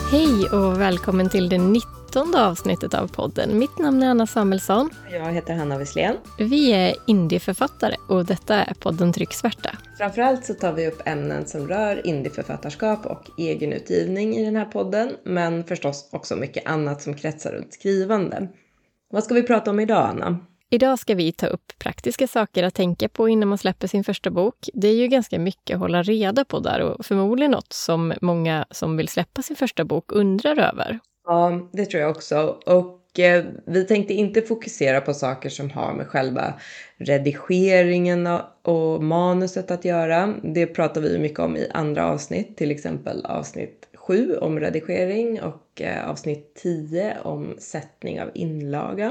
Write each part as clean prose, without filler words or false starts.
Hej och välkommen till det 19:e avsnittet av podden. Mitt namn är Anna Samuelsson. Jag heter Hanna Wesslén. Vi är indieförfattare och detta är podden Trycksvärta. Framförallt så tar vi upp ämnen som rör indieförfattarskap och egenutgivning i den här podden. Men förstås också mycket annat som kretsar runt skrivande. Vad ska vi prata om idag, Anna? Idag ska vi ta upp praktiska saker att tänka på innan man släpper sin första bok. Det är ju ganska mycket att hålla reda på där och förmodligen något som många som vill släppa sin första bok undrar över. Ja, det tror jag också. Och vi tänkte inte fokusera på saker som har med själva redigeringen och manuset att göra. Det pratar vi mycket om i andra avsnitt, till exempel avsnitt 7 om redigering och avsnitt 10 om sättning av inlaga.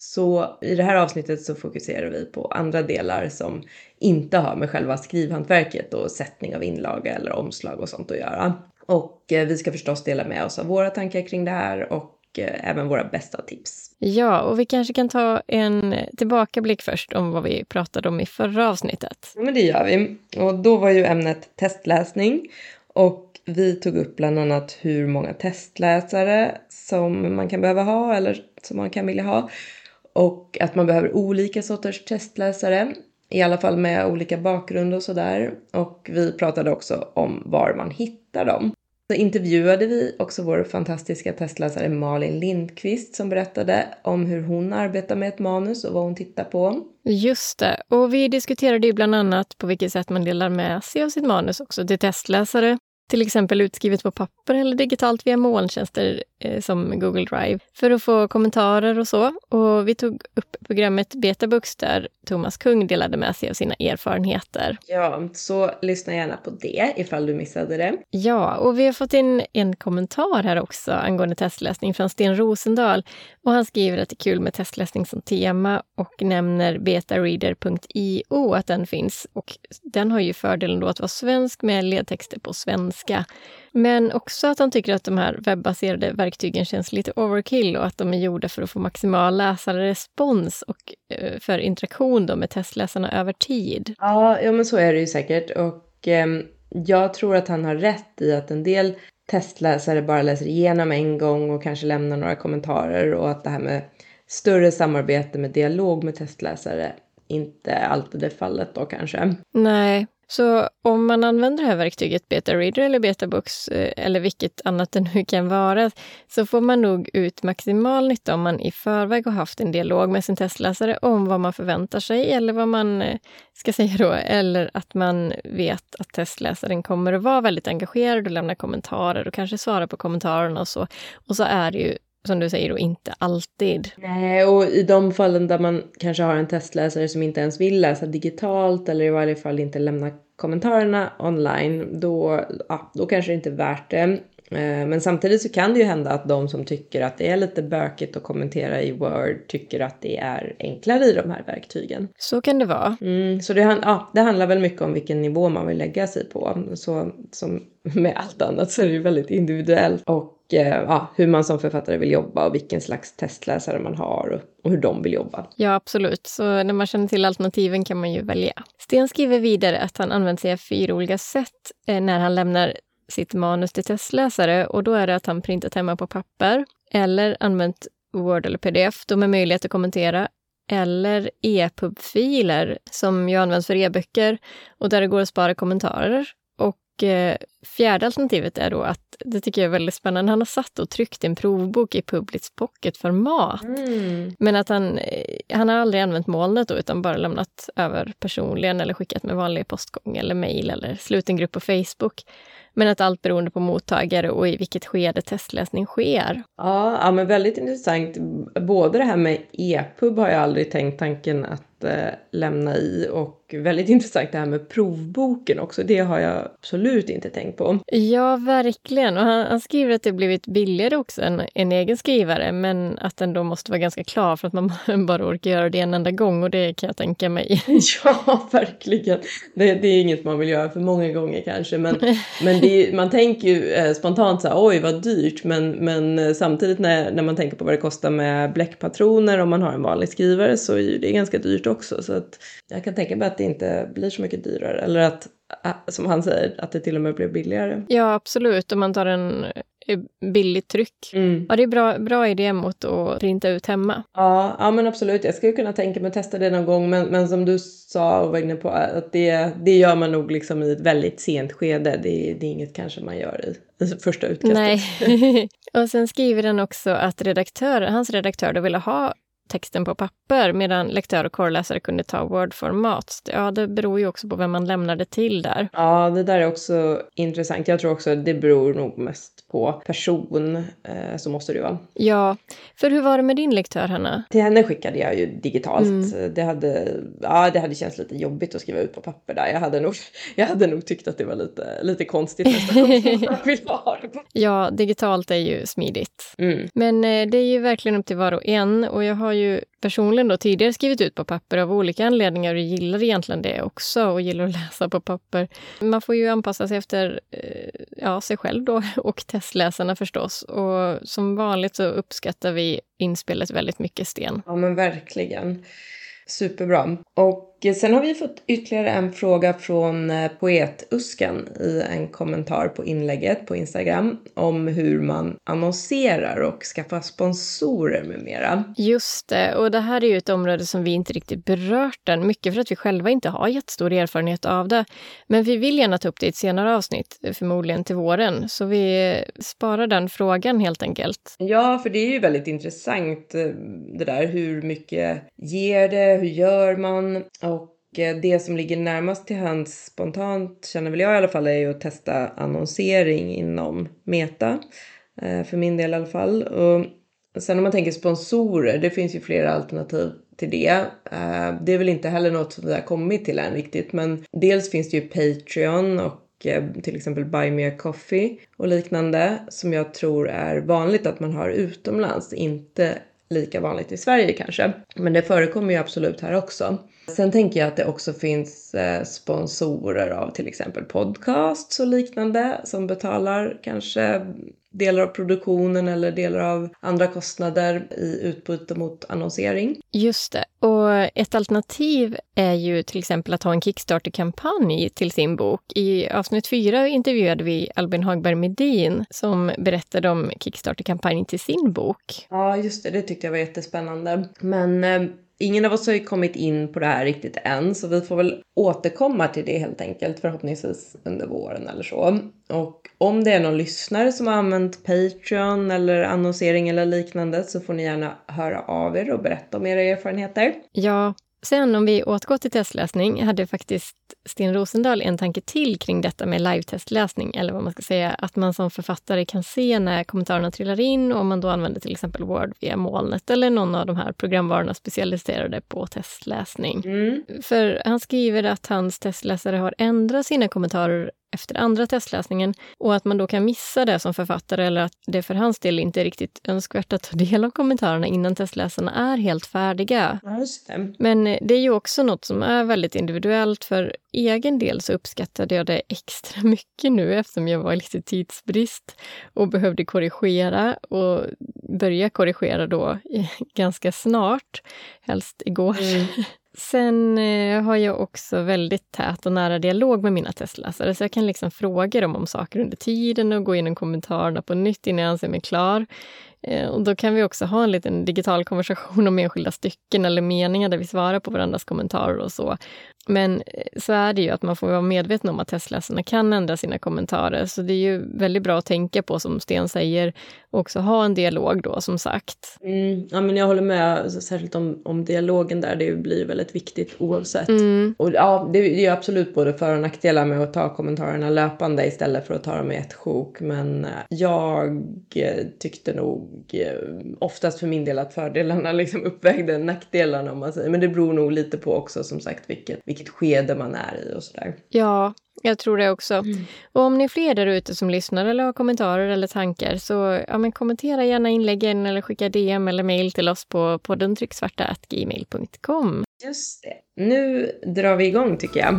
Så i det här avsnittet så fokuserar vi på andra delar som inte har med själva skrivhantverket och sättning av inlaga eller omslag och sånt att göra. Och vi ska förstås dela med oss av våra tankar kring det här och även våra bästa tips. Ja, och vi kanske kan ta en tillbakablick först om vad vi pratade om i förra avsnittet. Ja, men det gör vi. Och då var ju ämnet testläsning. Och vi tog upp bland annat hur många testläsare som man kan behöva ha eller som man kan vilja ha. Och att man behöver olika sorters testläsare, i alla fall med olika bakgrund och sådär. Och vi pratade också om var man hittar dem. Så intervjuade vi också vår fantastiska testläsare Malin Lindqvist som berättade om hur hon arbetar med ett manus och vad hon tittar på. Just det, och vi diskuterade ju bland annat på vilket sätt man delar med sig av sitt manus också till testläsare. Till exempel utskrivet på papper eller digitalt via molntjänster som Google Drive för att få kommentarer och så. Och vi tog upp programmet Betabooks där Thomas Kung delade med sig av sina erfarenheter. Ja, så lyssna gärna på det ifall du missade det. Ja, och vi har fått in en kommentar här också angående testläsning från Sten Rosendahl. Och han skriver att det är kul med testläsning som tema och nämner betareader.io att den finns. Och den har ju fördelen då att vara svensk med ledtexter på svenska. Men också att han tycker att de här webbaserade verktygen känns lite overkill och att de är gjorda för att få maximal läsarrespons och för interaktion då med testläsarna över tid. Ja, men så är det ju säkert. Och jag tror att han har rätt i att en del testläsare bara läser igenom en gång och kanske lämnar några kommentarer. Och att det här med större samarbete med dialog med testläsare inte alltid är fallet då kanske. Nej. Så om man använder det här verktyget Betareader eller Betabooks eller vilket annat det nu kan vara så får man nog ut maximal nytta om man i förväg har haft en dialog med sin testläsare om vad man förväntar sig eller vad man ska säga då. Eller att man vet att testläsaren kommer att vara väldigt engagerad och lämna kommentarer och kanske svara på kommentarerna och så. Och så är det ju som du säger då inte alltid. Nej, och i de fallen där man kanske har en testläsare som inte ens vill läsa digitalt eller i varje fall inte lämna kommentarerna online, då kanske det inte är värt det. Men samtidigt så kan det ju hända att de som tycker att det är lite bökigt att kommentera i Word tycker att det är enklare i de här verktygen. Så kan det vara. Så det handlar väl mycket om vilken nivå man vill lägga sig på. Så som med allt annat så är det ju väldigt individuellt. Och hur man som författare vill jobba och vilken slags testläsare man har och hur de vill jobba. Ja, absolut. Så när man känner till alternativen kan man ju välja. Sten skriver vidare att han använder sig av 4 olika sätt när han lämnar sitt manus till testläsare och då är det att han printat hemma på papper eller använt Word eller PDF då med möjlighet att kommentera eller e-pub-filer som ju används för e-böcker och där det går att spara kommentarer. Och fjärde alternativet är då att, det tycker jag är väldigt spännande, han har satt och tryckt en provbok i Publits Pocket-format. Men att han har aldrig använt molnet då, utan bara lämnat över personligen eller skickat med vanlig postgång eller mejl eller sluten grupp på Facebook. Men att allt beroende på mottagare och i vilket skede testläsning sker. Ja, men väldigt intressant. Både det här med e-pub har jag aldrig tänkt tanken att lämna i och väldigt intressant det här med provboken också. Det har jag absolut inte tänkt på. Ja, verkligen. Och han skriver att det blivit billigare också än en egen skrivare men att den då måste vara ganska klar för att man bara orkar göra det en enda gång och det kan jag tänka mig. Ja, verkligen. Det är inget man vill göra för många gånger kanske men man tänker ju spontant så här, oj vad dyrt men samtidigt när man tänker på vad det kostar med bläckpatroner om man har en vanlig skrivare så är det ganska dyrt också så att jag kan tänka mig att det inte blir så mycket dyrare eller som han säger, att det till och med blev billigare. Ja, absolut. Om man tar en billigt tryck. Ja, det är bra idé mot att printa ut hemma. Ja, men absolut. Jag skulle kunna tänka mig att testa det någon gång. Men som du sa och var inne på, att det gör man nog liksom i ett väldigt sent skede. Det är inget kanske man gör i första utkastet. Nej. Och sen skriver den också att hans redaktör då ville ha texten på papper medan lektör och korrläsare kunde ta Word-format. Ja, det beror ju också på vem man lämnar det till där. Ja, det där är också intressant. Jag tror också att det beror nog mest på person, så måste det vara. Ja, för hur var det med din lektör, Hanna? Till henne skickade jag ju digitalt. Det hade känts lite jobbigt att skriva ut på papper där. Jag hade nog tyckt att det var lite konstigt nästan. Ja, digitalt är ju smidigt. Men det är ju verkligen upp till var och en. Och jag har ju personligen då tidigare skrivit ut på papper av olika anledningar och gillar egentligen det också och gillar att läsa på papper. Man får ju anpassa sig efter sig själv då och testläsarna förstås. Och som vanligt så uppskattar vi inspelet väldigt mycket, Sten. Ja, men verkligen. Superbra. Och sen har vi fått ytterligare en fråga från Poetuskan i en kommentar på inlägget på Instagram om hur man annonserar och skaffar sponsorer med mera. Just det, och det här är ju ett område som vi inte riktigt berört än. Mycket för att vi själva inte har jättestor erfarenhet av det. Men vi vill gärna ta upp det i ett senare avsnitt, förmodligen till våren. Så vi sparar den frågan helt enkelt. Ja, för det är ju väldigt intressant det där. Hur mycket ger det? Hur gör man? Och det som ligger närmast till hands spontant, känner väl jag i alla fall, är ju att testa annonsering inom Meta. För min del i alla fall. Och sen om man tänker sponsorer, det finns ju flera alternativ till det. Det är väl inte heller något som vi har kommit till än riktigt. Men dels finns det ju Patreon och till exempel Buy Me A Coffee och liknande. Som jag tror är vanligt att man har utomlands, inte lika vanligt i Sverige kanske. Men det förekommer ju absolut här också. Sen tänker jag att det också finns sponsorer av till exempel podcasts och liknande som betalar kanske delar av produktionen eller delar av andra kostnader i utbyte mot annonsering. Just det. Och ett alternativ är ju till exempel att ha en Kickstarter-kampanj till sin bok. I avsnitt 4 intervjuade vi Albin Hagberg Medin som berättade om Kickstarter-kampanjen till sin bok. Ja, just det. Det tyckte jag var jättespännande. Men ingen av oss har ju kommit in på det här riktigt än, så vi får väl återkomma till det helt enkelt, förhoppningsvis under våren eller så. Och om det är någon lyssnare som har använt Patreon eller annonsering eller liknande, så får ni gärna höra av er och berätta om era erfarenheter. Ja, sen om vi återgår till testläsning hade faktiskt Sten Rosendahl en tanke till kring detta med live-testläsning, eller vad man ska säga, att man som författare kan se när kommentarerna trillar in och om man då använder till exempel Word via molnet eller någon av de här programvarorna specialiserade på testläsning. För han skriver att hans testläsare har ändrat sina kommentarer efter andra testläsningen och att man då kan missa det som författare eller att det för hans del inte är riktigt önskvärt att ta del av kommentarerna innan testläsarna är helt färdiga. Just det. Men det är ju också något som är väldigt individuellt. För egen del så uppskattade jag det extra mycket nu eftersom jag var i lite tidsbrist och behövde korrigera och börja korrigera då ganska snart, helst igår. Sen har jag också väldigt tät och nära dialog med mina testläsare så jag kan liksom fråga dem om saker under tiden och gå in i kommentarerna på nytt innan jag anser mig klar. Och då kan vi också ha en liten digital konversation om enskilda stycken eller meningar där vi svarar på varandras kommentarer och så. Men så är det ju att man får vara medveten om att testläsarna kan ändra sina kommentarer. Så det är ju väldigt bra att tänka på, som Sten säger, och också ha en dialog då, som sagt. Ja, men jag håller med, särskilt om dialogen där. Det blir väldigt viktigt oavsett. Och ja, det är ju absolut både för- och nackdelar med att ta kommentarerna löpande istället för att ta dem i ett sjok. Men jag tyckte nog oftast för min del att fördelarna liksom uppvägde nackdelarna, om man säger. Men det beror nog lite på också, som sagt, vilket skede man är i och sådär. Ja, jag tror det också. Och om ni är fler där ute som lyssnar eller har kommentarer eller tankar, så men kommentera gärna inläggen eller skicka DM eller mejl till oss på poddentrycksvarta@gmail.com. Just det. Nu drar vi igång, tycker jag.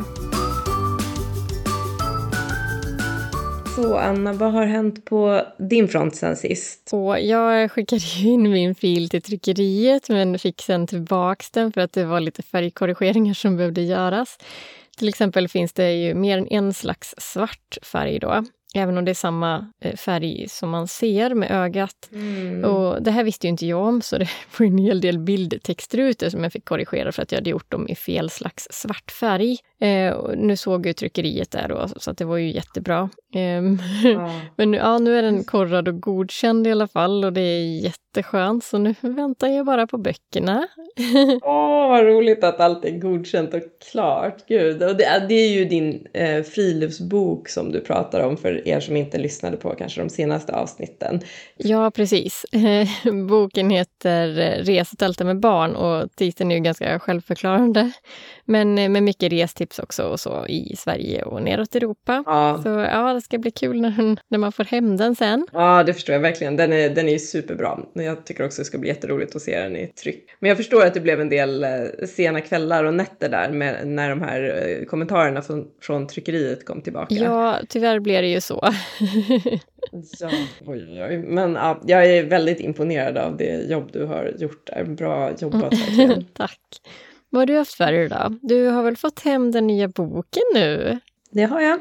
Så Anna, vad har hänt på din front sen sist? Och jag skickade in min fil till tryckeriet men fick sen tillbaka den för att det var lite färgkorrigeringar som behövde göras. Till exempel finns det ju mer än en slags svart färg då. Även om det är samma färg som man ser med ögat. Och det här visste ju inte jag om, så det var en hel del bildtextrutor som jag fick korrigera för att jag hade gjort dem i fel slags svart färg. Och nu såg ju tryckeriet där då, så att det var ju jättebra. Men nu är den korrad och godkänd i alla fall, och det är jätteskönt, så nu väntar jag bara på böckerna. Vad roligt att allt är godkänt och klart. Gud. Och det är ju din friluftsbok som du pratar om för er som inte lyssnade på kanske de senaste avsnitten. Ja, precis. Boken heter Resa och tälta med barn, och titeln är ju ganska självförklarande. Men med mycket restips också och så i Sverige och neråt Europa. Ja. Så ja, det ska bli kul när man får hem den sen. Ja, det förstår jag verkligen. Den är ju superbra. Jag tycker också det ska bli jätteroligt att se den i tryck. Men jag förstår att det blev en del sena kvällar och nätter där när de här kommentarerna från tryckeriet kom tillbaka. Ja, tyvärr blev det ju så. Ja, oj. Men ja, jag är väldigt imponerad av det jobb du har gjort där. Bra jobbat verkligen. Tack. Vad har du haft för dig då? Du har väl fått hem den nya boken nu? Det har jag.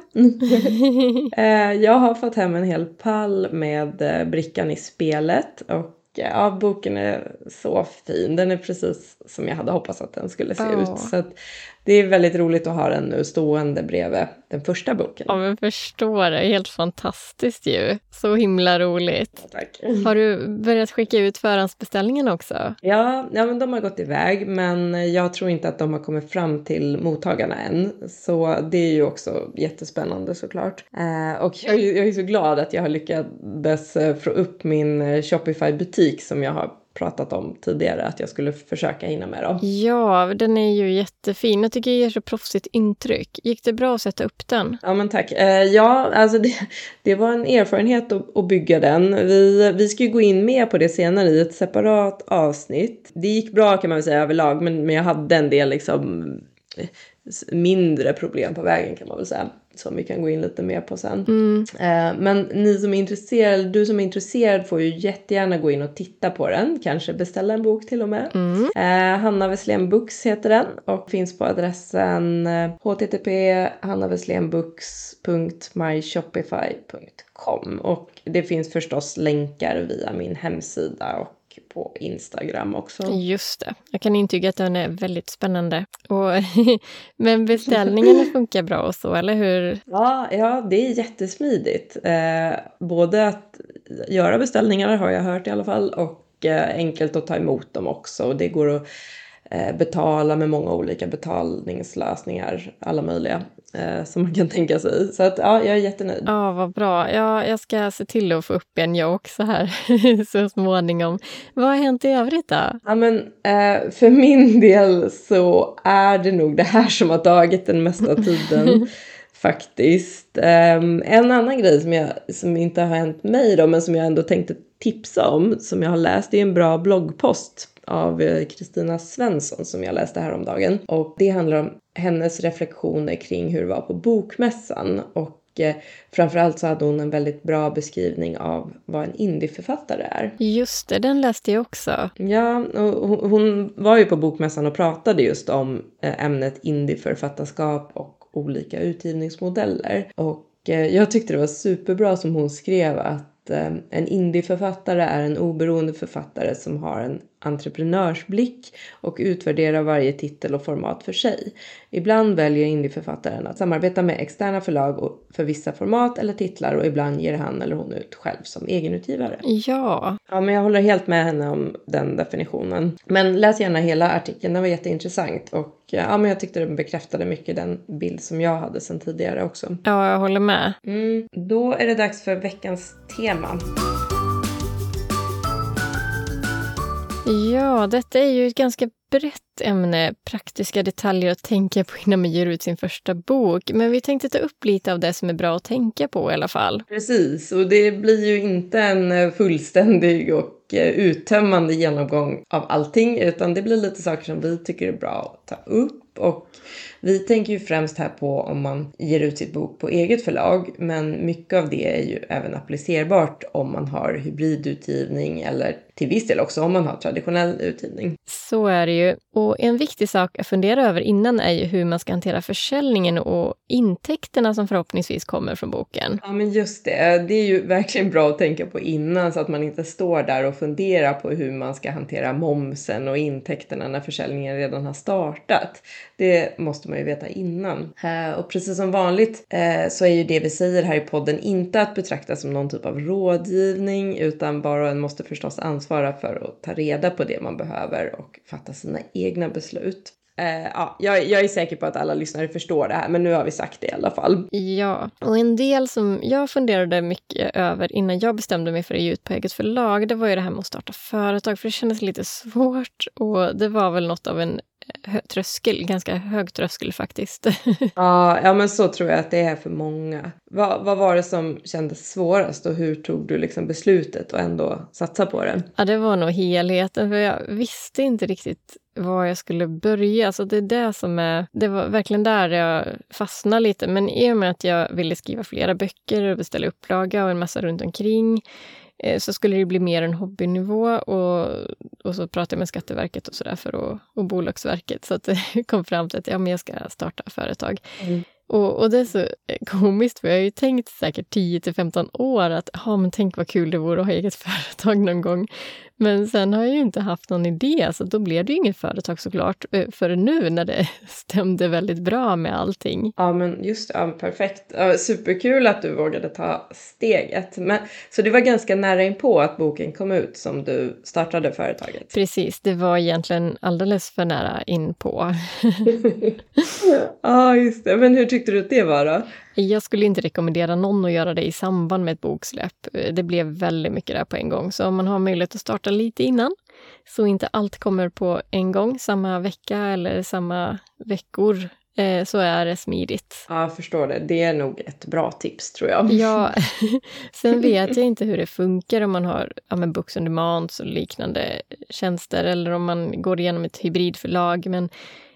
Jag har fått hem en hel pall med brickan i spelet. Och ja, boken är så fin. Den är precis som jag hade hoppats att den skulle se ut. Så att det är väldigt roligt att ha den nu stående bredvid den första boken. Ja, men förstår det. Helt fantastiskt ju. Så himla roligt. Ja, tack. Har du börjat skicka ut förhandsbeställningen också? Ja, men de har gått iväg. Men jag tror inte att de har kommit fram till mottagarna än. Så det är ju också jättespännande såklart. Och jag är så glad att jag har lyckats få upp min Shopify-butik som jag har pratat om tidigare att jag skulle försöka hinna med då. Ja, den är ju jättefin. Jag tycker det ger så proffsigt intryck. Gick det bra att sätta upp den? Ja, men tack. Ja, alltså det var en erfarenhet att bygga den. Vi ska ju gå in mer på det senare i ett separat avsnitt. Det gick bra kan man väl säga överlag, men jag hade en del liksom mindre problem på vägen kan man väl säga. Som vi kan gå in lite mer på sen. Men du som är intresserad får ju jättegärna gå in och titta på den. Kanske beställa en bok till och med. Hanna Wesslén Books heter den. Och finns på adressen http://hannaweslénbooks.myshopify.com. Och det finns förstås länkar via min hemsida och på Instagram också. Just det. Jag kan intyga att den är väldigt spännande. Men beställningarna funkar bra och så, eller hur? Ja, det är jättesmidigt. Både att göra beställningar har jag hört i alla fall, och enkelt att ta emot dem också. Och det går att betala med många olika betalningslösningar, alla möjliga som man kan tänka sig. Så att ja, jag är jättenöjd. Ja, vad bra. Ja, jag ska se till att få upp en jag också här så småningom. Vad har hänt i övrigt då? Ja, men för min del så är det nog det här som har tagit den mesta tiden faktiskt. En annan grej som inte har hänt mig då, men som jag ändå tänkte tipsa om, som jag har läst, det är en bra bloggpost av Kristina Svensson som jag läste häromdagen. Och det handlar om hennes reflektioner kring hur det var på bokmässan. Och framförallt så hade hon en väldigt bra beskrivning av vad en indieförfattare är. Just det, den läste jag också. Ja, och hon var ju på bokmässan och pratade just om ämnet indieförfattarskap och olika utgivningsmodeller. Och jag tyckte det var superbra som hon skrev att en indieförfattare är en oberoende författare som har en entreprenörsblick och utvärderar varje titel och format för sig. Ibland väljer indieförfattaren att samarbeta med externa förlag för vissa format eller titlar, och ibland ger han eller hon ut själv som egenutgivare. Ja, men jag håller helt med henne om den definitionen. Men läs gärna hela artikeln, den var jätteintressant, och men jag tyckte den bekräftade mycket den bild som jag hade sedan tidigare också. Ja, jag håller med. Då är det dags för veckans tema. Ja, detta är ju ett ganska brett ämne, praktiska detaljer att tänka på innan man ger ut sin första bok. Men vi tänkte ta upp lite av det som är bra att tänka på i alla fall. Precis, och det blir ju inte en fullständig och uttömmande genomgång av allting, utan det blir lite saker som vi tycker är bra att ta upp. Och vi tänker ju främst här på om man ger ut sitt bok på eget förlag, men mycket av det är ju även applicerbart om man har hybridutgivning eller till viss del också om man har traditionell utgivning. Så är det ju. Och en viktig sak att fundera över innan är ju hur man ska hantera försäljningen och intäkterna som förhoppningsvis kommer från boken. Ja, men just det. Det är ju verkligen bra att tänka på innan så att man inte står där och funderar på hur man ska hantera momsen och intäkterna när försäljningen redan har startat. Det måste man ju veta innan. Och precis som vanligt så är ju det vi säger här i podden inte att betrakta som någon typ av rådgivning, utan bara en måste förstås ansvara för att ta reda på det man behöver och fatta sina egna beslut. Jag är säker på att alla lyssnare förstår det här, men nu har vi sagt det i alla fall. Ja, och en del som jag funderade mycket över innan jag bestämde mig för att ge ut på eget förlag, det var ju det här med att starta företag, för det kändes lite svårt och det var väl något av en tröskel, ganska hög tröskel faktiskt. Ja, men så tror jag att det är för många. Vad var det som kändes svårast och hur tog du liksom beslutet och ändå satsa på det? Ja, det var nog helheten, för jag visste inte riktigt var jag skulle börja. Alltså det var verkligen där jag fastnade lite. Men i och med att jag ville skriva flera böcker och beställa upplaga och en massa runt omkring så skulle det bli mer en hobbynivå och så pratade jag med Skatteverket och sådär och Bolagsverket så att det kom fram till att jag ska starta företag. Mm. Och det är så komiskt för jag har ju tänkt säkert 10-15 år att men tänk vad kul det vore att ha eget företag någon gång. Men sen har jag ju inte haft någon idé så då blev det ju inget företag såklart för nu när det stämde väldigt bra med allting. Ja men just perfekt. Superkul att du vågade ta steget. Så det var ganska nära inpå att boken kom ut som du startade företaget? Precis, det var egentligen alldeles för nära inpå. Ja just det, men hur tyckte du att det var då? Jag skulle inte rekommendera någon att göra det i samband med ett boksläpp. Det blev väldigt mycket där på en gång. Så om man har möjlighet att starta lite innan så inte allt kommer på en gång, samma vecka eller samma veckor, så är det smidigt. Ja, jag förstår det. Det är nog ett bra tips tror jag. Ja, sen vet jag inte hur det funkar om man har Books on Demand och liknande tjänster eller om man går igenom ett hybridförlag, men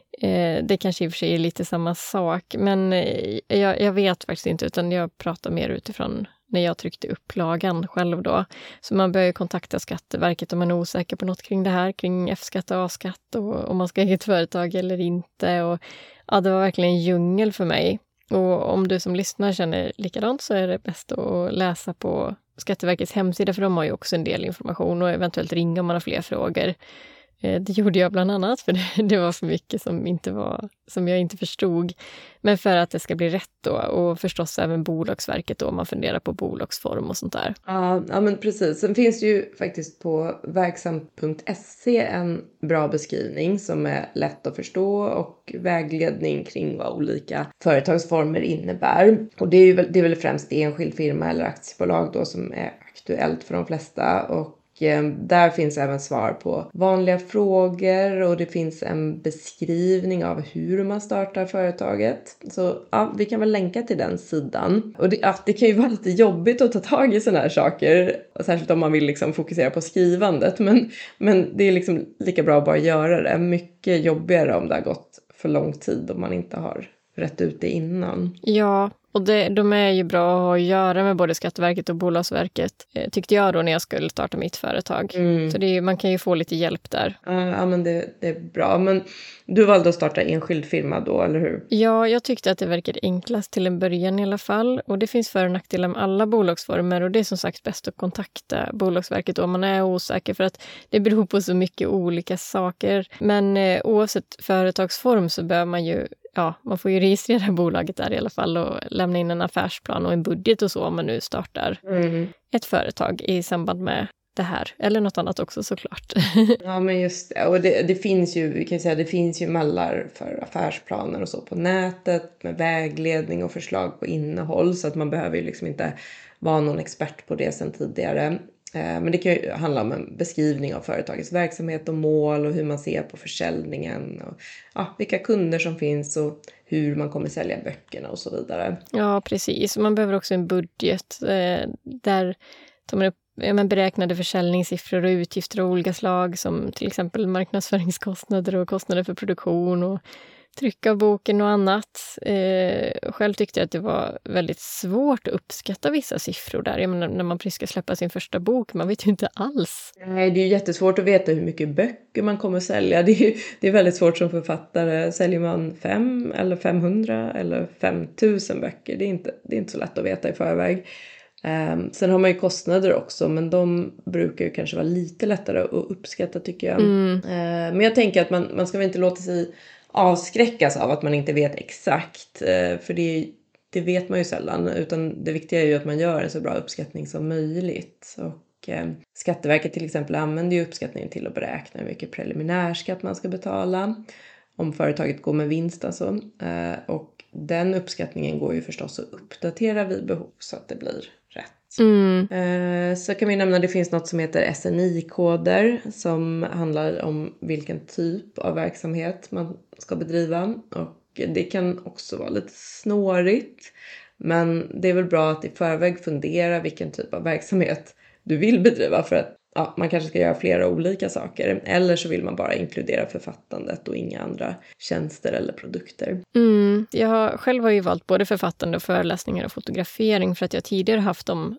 det kanske i och för sig är lite samma sak, men jag vet faktiskt inte, utan jag pratar mer utifrån när jag tryckte upplagan själv då. Så man börjar kontakta Skatteverket om man är osäker på något kring det här, kring F-skatt och A-skatt och om man ska ha eget företag eller inte. Och det var verkligen en djungel för mig. Och om du som lyssnar känner likadant så är det bäst att läsa på Skatteverkets hemsida, för de har ju också en del information och eventuellt ringa om man har fler frågor. Det gjorde jag bland annat för det var för mycket som jag inte förstod. Men för att det ska bli rätt då, och förstås även Bolagsverket då om man funderar på bolagsform och sånt där. Ja men precis. Sen finns det ju faktiskt på verksamt.se en bra beskrivning som är lätt att förstå och vägledning kring vad olika företagsformer innebär. Och det är väl främst enskild firma eller aktiebolag då som är aktuellt för de flesta, och där finns även svar på vanliga frågor och det finns en beskrivning av hur man startar företaget. Så vi kan väl länka till den sidan. Och det kan ju vara lite jobbigt att ta tag i sådana här saker, särskilt om man vill liksom fokusera på skrivandet. Men det är liksom lika bra att bara göra det. Mycket jobbigare om det har gått för lång tid om man inte har rätt ut det innan. Ja, och de är ju bra att ha att göra med både Skatteverket och Bolagsverket, tyckte jag då när jag skulle starta mitt företag. Så man kan ju få lite hjälp där. Ja, men det är bra. Men du valde att starta enskild firma då, eller hur? Ja, jag tyckte att det verkade enklast till en början i alla fall. Och det finns för- och nackdelar med alla bolagsformer, och det är som sagt bäst att kontakta Bolagsverket då om man är osäker, för att det beror på så mycket olika saker. Men oavsett företagsform så bör man ju man får ju registrera bolaget där i alla fall och lämna in en affärsplan och en budget och så om man nu startar ett företag i samband med det här. Eller något annat också såklart. Ja men just det. Och det finns ju, vi kan säga, det finns ju mallar för affärsplaner och så på nätet med vägledning och förslag på innehåll, så att man behöver ju liksom inte vara någon expert på det sedan tidigare. Men det kan ju handla om en beskrivning av företagets verksamhet och mål och hur man ser på försäljningen och vilka kunder som finns och hur man kommer sälja böckerna och så vidare. Ja, precis. Man behöver också en budget där tar man upp beräknade försäljningssiffror och utgifter av olika slag, som till exempel marknadsföringskostnader och kostnader för produktion och trycka boken och annat. Själv tyckte jag att det var väldigt svårt att uppskatta vissa siffror där. Jag menar, när man precis ska släppa sin första bok, man vet ju inte alls. Nej, det är ju jättesvårt att veta hur mycket böcker man kommer sälja. Det är väldigt svårt som författare. Säljer man 5 eller 500 eller 5000 böcker? Det är inte så lätt att veta i förväg. Sen har man ju kostnader också, men de brukar ju kanske vara lite lättare att uppskatta, tycker jag. Men jag tänker att man ska väl inte låta sig avskräckas av att man inte vet exakt, för det vet man ju sällan, utan det viktiga är ju att man gör en så bra uppskattning som möjligt. Och Skatteverket till exempel använder ju uppskattningen till att beräkna hur mycket preliminärskatt man ska betala om företaget går med vinst alltså. Och den uppskattningen går ju förstås att uppdatera vid behov så att det blir rätt. Så kan vi nämna att det finns något som heter SNI-koder som handlar om vilken typ av verksamhet man ska bedriva. Och det kan också vara lite snårigt, men det är väl bra att i förväg fundera vilken typ av verksamhet du vill bedriva, för att man kanske ska göra flera olika saker. Eller så vill man bara inkludera författandet och inga andra tjänster eller produkter. Jag själv har ju valt både författande och föreläsningar och fotografering för att jag tidigare haft de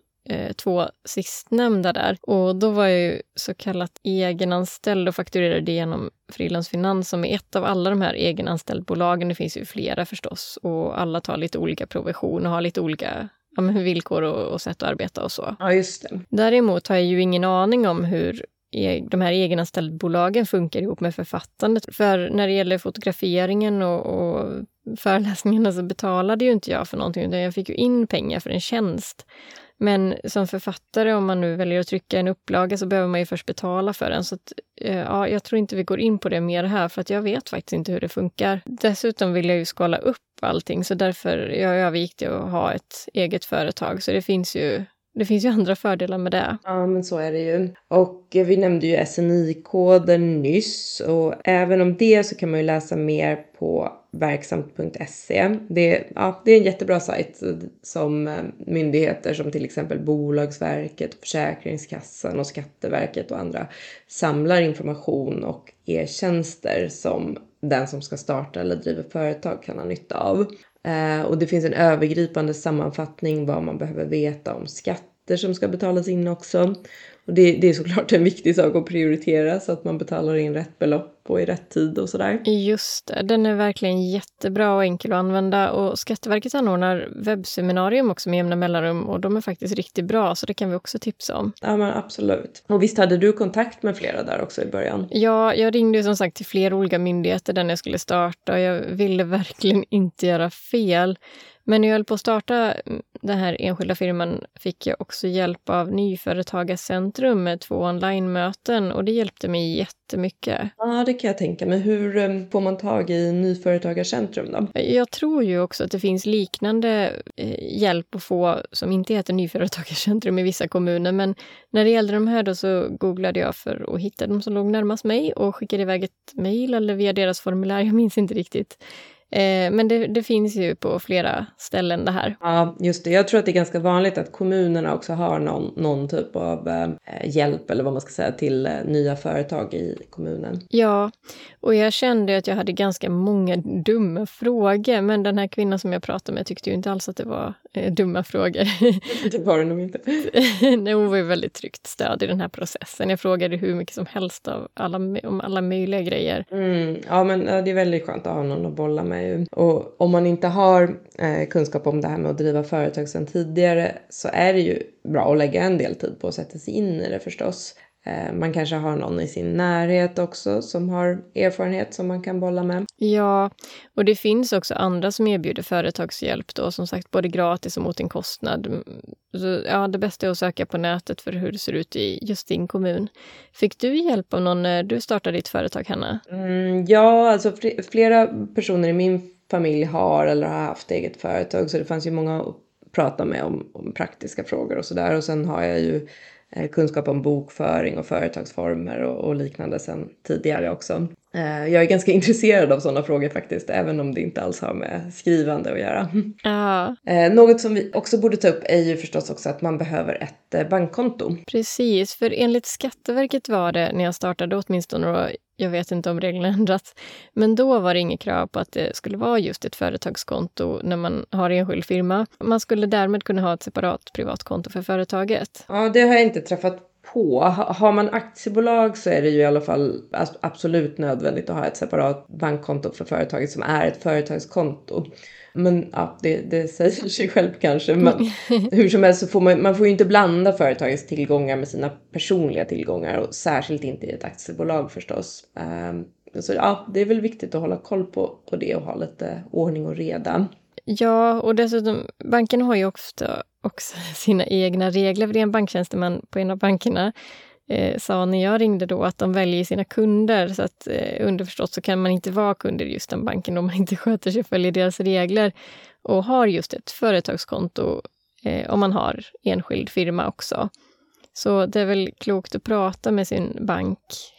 2 sistnämnda där. Och då var jag ju så kallat egenanställd och fakturerade det genom Frilansfinans som är ett av alla de här egenanställbolagen. Det finns ju flera förstås, och alla tar lite olika provision och har lite olika villkor och sätt att arbeta och så. Ja, just det. Däremot har jag ju ingen aning om hur de här egenanställbolagen funkar ihop med författandet. För när det gäller fotograferingen och föreläsningarna så betalade ju inte jag för någonting, utan jag fick ju in pengar för en tjänst. Men som författare, om man nu väljer att trycka en upplaga, så behöver man ju först betala för den. Så att, jag tror inte vi går in på det mer här, för att jag vet faktiskt inte hur det funkar. Dessutom vill jag ju skala upp allting, så därför jag övergick till att ha ett eget företag. Så det finns ju andra fördelar med det. Ja, men så är det ju. Och vi nämnde ju SNI-koden nyss. Och även om det så kan man ju läsa mer på verksamt.se. Det är en jättebra sajt som myndigheter som till exempel Bolagsverket, Försäkringskassan och Skatteverket och andra samlar information och e-tjänster som den som ska starta eller driva företag kan ha nytta av. Och det finns en övergripande sammanfattning vad man behöver veta om skatter som ska betalas in också. Och det är såklart en viktig sak att prioritera så att man betalar in rätt belopp och i rätt tid och sådär. Just det, den är verkligen jättebra och enkel att använda. Och Skatteverket anordnar webbseminarium också med jämna mellanrum, och de är faktiskt riktigt bra, så det kan vi också tipsa om. Ja, men absolut. Och visst hade du kontakt med flera där också i början? Ja, jag ringde som sagt till flera olika myndigheter där jag skulle starta, och jag ville verkligen inte göra fel. Men när jag höll på att starta den här enskilda firman fick jag också hjälp av Nyföretagarcentrum med 2 online-möten, och det hjälpte mig jättemycket. Ja, det kan jag tänka mig. Hur får man tag i Nyföretagarcentrum då? Jag tror ju också att det finns liknande hjälp att få som inte heter Nyföretagarcentrum i vissa kommuner, men när det gällde de här då så googlade jag för att hitta de som låg närmast mig och skickade iväg ett mejl eller via deras formulär, jag minns inte riktigt. Men det finns ju på flera ställen det här. Ja, just det. Jag tror att det är ganska vanligt att kommunerna också har någon typ av hjälp eller vad man ska säga till nya företag i kommunen. Ja, och jag kände att jag hade ganska många dumma frågor, men den här kvinnan som jag pratade med tyckte ju inte alls att det var dumma frågor. Det var det nog inte. Nej, hon var ju väldigt tryggt stöd i den här processen. Jag frågade hur mycket som helst om alla möjliga grejer. Ja, men det är väldigt skönt att ha någon att bolla med. Och om man inte har kunskap om det här med att driva företag sedan tidigare, så är det ju bra att lägga en del tid på att sätta sig in i det förstås. Man kanske har någon i sin närhet också som har erfarenhet som man kan bolla med. Ja, och det finns också andra som erbjuder företagshjälp då, som sagt både gratis och mot en kostnad. Så, ja, det bästa är att söka på nätet för hur det ser ut i just din kommun. Fick du hjälp av någon när du startade ditt företag, Hanna? Ja, alltså flera personer i min familj har eller har haft eget företag, så det fanns ju många att prata med om praktiska frågor och sådär. Och sen har jag ju kunskap om bokföring och företagsformer och liknande sedan tidigare också. Jag är ganska intresserad av sådana frågor faktiskt, även om det inte alls har med skrivande att göra. Ja. Något som vi också borde ta upp är ju förstås också att man behöver ett bankkonto. Precis, för enligt Skatteverket var det när jag startade åtminstone, och jag vet inte om reglerna ändrats, men då var det inget krav på att det skulle vara just ett företagskonto när man har enskild firma. Man skulle därmed kunna ha ett separat privatkonto för företaget. Ja, det har jag inte träffat på. Har man aktiebolag så är det ju i alla fall absolut nödvändigt att ha ett separat bankkonto för företaget som är ett företagskonto. Men ja, det säger sig själv kanske. Men hur som helst så får man får ju inte blanda företagets tillgångar med sina personliga tillgångar. Och särskilt inte i ett aktiebolag förstås. Så ja, det är väl viktigt att hålla koll på det och ha lite ordning och reda. Ja, och dessutom, banken har ju ofta också sina egna regler. För det är en banktjänsteman på en av bankerna sa när jag ringde då att de väljer sina kunder. Så att underförstått så kan man inte vara kund i just den banken om man inte sköter sig och följer deras regler. Och har just ett företagskonto om man har enskild firma också. Så det är väl klokt att prata med sin bank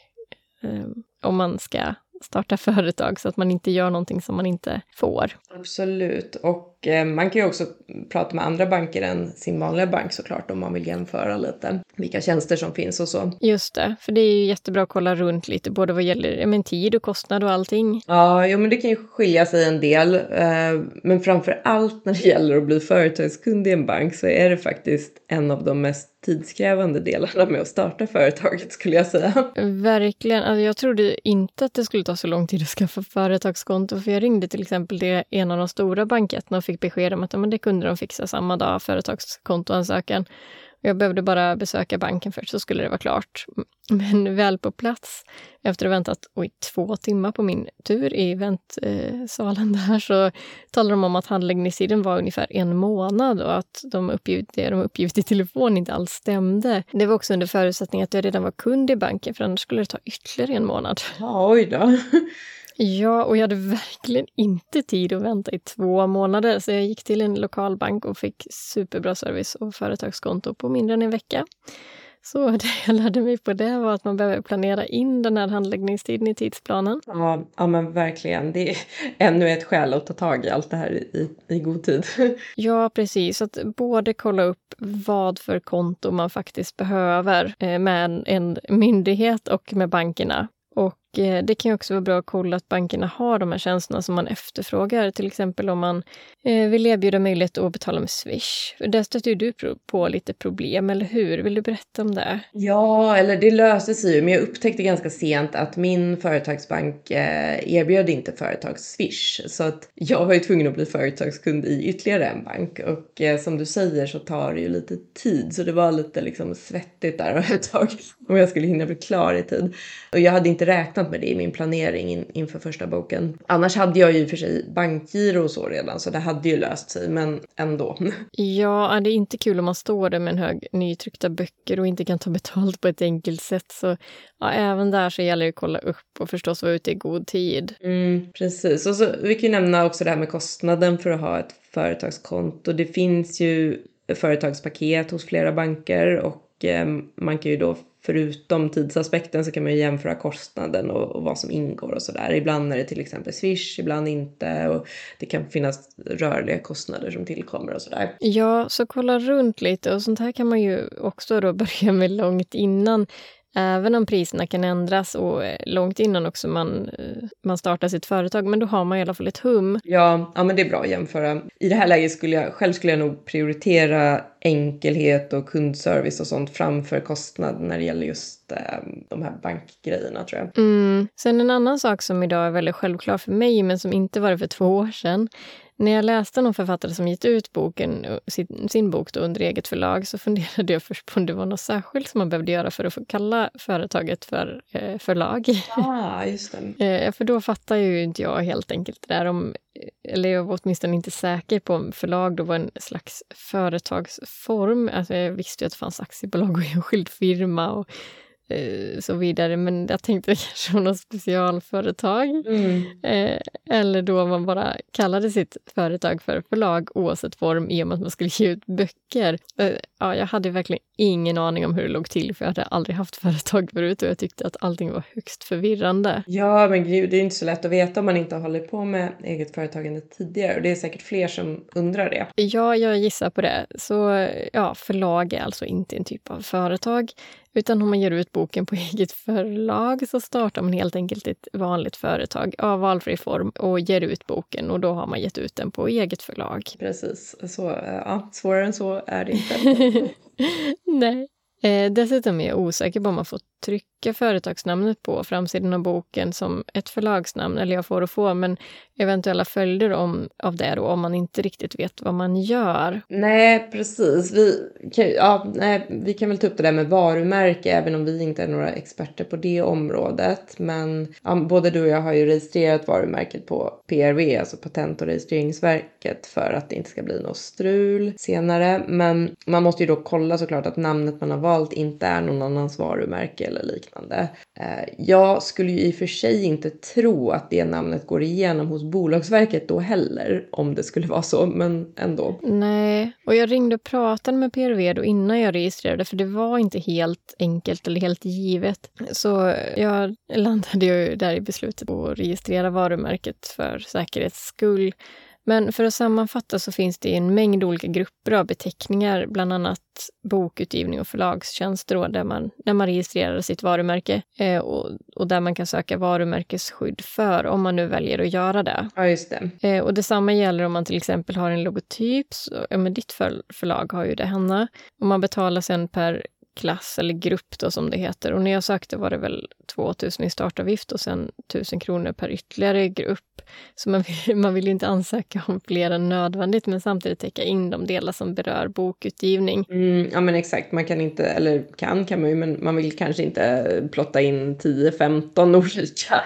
om man ska starta företag så att man inte gör någonting som man inte får. Absolut. Och man kan ju också prata med andra banker än sin vanliga bank såklart om man vill jämföra lite vilka tjänster som finns och så. Just det, för det är ju jättebra att kolla runt lite både vad gäller tid och kostnad och allting. Ja, men det kan ju skilja sig en del. Men framför allt när det gäller att bli företagskund i en bank så är det faktiskt en av de mest tidskrävande delarna med att starta företaget skulle jag säga. Verkligen. Alltså jag trodde inte att det skulle ta så lång tid att skaffa företagskonto. För jag ringde till exempel till en av de stora banketterna och fick besked om att det kunde de fixa samma dag, företagskontoansökan. Jag behövde bara besöka banken först så skulle det vara klart. Men väl på plats, efter att ha väntat 2 timmar på min tur i väntsalen där, så talade de om att handläggningstiden var ungefär 1 månad och att de uppgivit i telefon inte alls stämde. Det var också under förutsättning att jag redan var kund i banken, för annars skulle det ta ytterligare 1 månad. Oj då. Ja, och jag hade verkligen inte tid att vänta i 2 månader. Så jag gick till en lokal bank och fick superbra service och företagskonto på mindre än en vecka. Så det jag lärde mig på det var att man behöver planera in den här handläggningstiden i tidsplanen. Ja men verkligen. Det är ännu ett skäl att ta tag i allt det här i god tid. Ja, precis. Att både kolla upp vad för konto man faktiskt behöver med en myndighet och med bankerna. Och det kan ju också vara bra att kolla att bankerna har de här tjänsterna som man efterfrågar. Till exempel om man vill erbjuda möjlighet att betala med Swish. Där stöter ju du på lite problem, eller hur? Vill du berätta om det? Ja, eller det löste sig ju. Men jag upptäckte ganska sent att min företagsbank erbjöd inte företags-Swish. Så att jag var ju tvungen att bli företagskund i ytterligare en bank. Och som du säger så tar det ju lite tid. Så det var lite liksom svettigt där ett tag. Om jag skulle hinna bli klar i tid. Och jag hade inte räknat med det i min planering inför första boken. Annars hade jag ju för sig bankgiro och så redan, så det hade ju löst sig, men ändå. Ja, det är inte kul om man står där med en hög nytryckta böcker och inte kan ta betalt på ett enkelt sätt. Så ja, även där så gäller det att kolla upp och förstås vara ute i god tid. Precis, och så vi kan ju nämna också det här med kostnaden för att ha ett företagskonto. Det finns ju företagspaket hos flera banker och man kan ju då förutom tidsaspekten så kan man ju jämföra kostnaden och vad som ingår och sådär. Ibland är det till exempel Swish, ibland inte, och det kan finnas rörliga kostnader som tillkommer och sådär. Ja, så kolla runt lite, och sånt här kan man ju också då börja med långt innan. Även om priserna kan ändras och långt innan också man startar sitt företag. Men då har man i alla fall ett hum. Ja, men det är bra att jämföra. I det här läget skulle jag nog prioritera enkelhet och kundservice och sånt framför kostnad när det gäller just de här bankgrejerna, tror jag. Sen en annan sak som idag är väldigt självklar för mig, men som inte var det för 2 år sedan. När jag läste någon författare som gett ut sin bok då under eget förlag, så funderade jag först på om det var något särskilt som man behövde göra för att få kalla företaget för förlag. Ja, just det. För då fattar ju inte jag helt enkelt det där eller jag var åtminstone inte säker på om förlag då var en slags företagsform. Alltså jag visste ju att det fanns aktiebolag och enskild firma och så vidare. Men jag tänkte kanske något specialföretag. Eller då man bara kallade sitt företag för förlag oavsett form i och med att man skulle ge ut böcker. Ja, jag hade verkligen ingen aning om hur det låg till för jag hade aldrig haft företag förut och jag tyckte att allting var högst förvirrande. Ja, men gud, det är inte så lätt att veta om man inte har hållit på med eget företagande tidigare och det är säkert fler som undrar det. Ja, jag gissar på det. Så ja, förlag är alltså inte en typ av företag utan om man ger ut boken på eget förlag så startar man helt enkelt ett vanligt företag av valfri form och ger ut boken och då har man gett ut den på eget förlag. Precis, så ja, svårare än så är det inte. Nej. Dessutom är jag osäker på om man får trycka företagsnamnet på framsidan av boken som ett förlagsnamn, eller jag får, men eventuella följder av det då, om man inte riktigt vet vad man gör. Nej, precis. Vi kan väl ta upp det där med varumärke, även om vi inte är några experter på det området. Men både du och jag har ju registrerat varumärket på PRV, alltså Patent- och registreringsverket, för att det inte ska bli något strul senare. Men man måste ju då kolla såklart att namnet man har valt inte är någon annans varumärke eller liknande. Jag skulle ju i och för sig inte tro att det namnet går igenom hos Bolagsverket då heller, om det skulle vara så, men ändå. Nej, och jag ringde och pratade med PRV då innan jag registrerade, för det var inte helt enkelt eller helt givet. Så jag landade ju där i beslutet att registrera varumärket för säkerhets skull. Men för att sammanfatta så finns det en mängd olika grupper av beteckningar, bland annat bokutgivning och förlagstjänster då, där man registrerar sitt varumärke och där man kan söka varumärkesskydd för om man nu väljer att göra det. Ja, just det. Och detsamma gäller om man till exempel har en logotyp, men ditt förlag har ju det, Hanna. Och man betalar sen per klass eller grupp då som det heter. Och när jag sökte var det väl 2000 i startavgift och sen 1000 kronor per ytterligare grupp. Så man vill inte ansöka om fler än nödvändigt men samtidigt täcka in de delar som berör bokutgivning. Ja men exakt, man kan inte, eller kan man ju, men man vill kanske inte plotta in 10-15 olika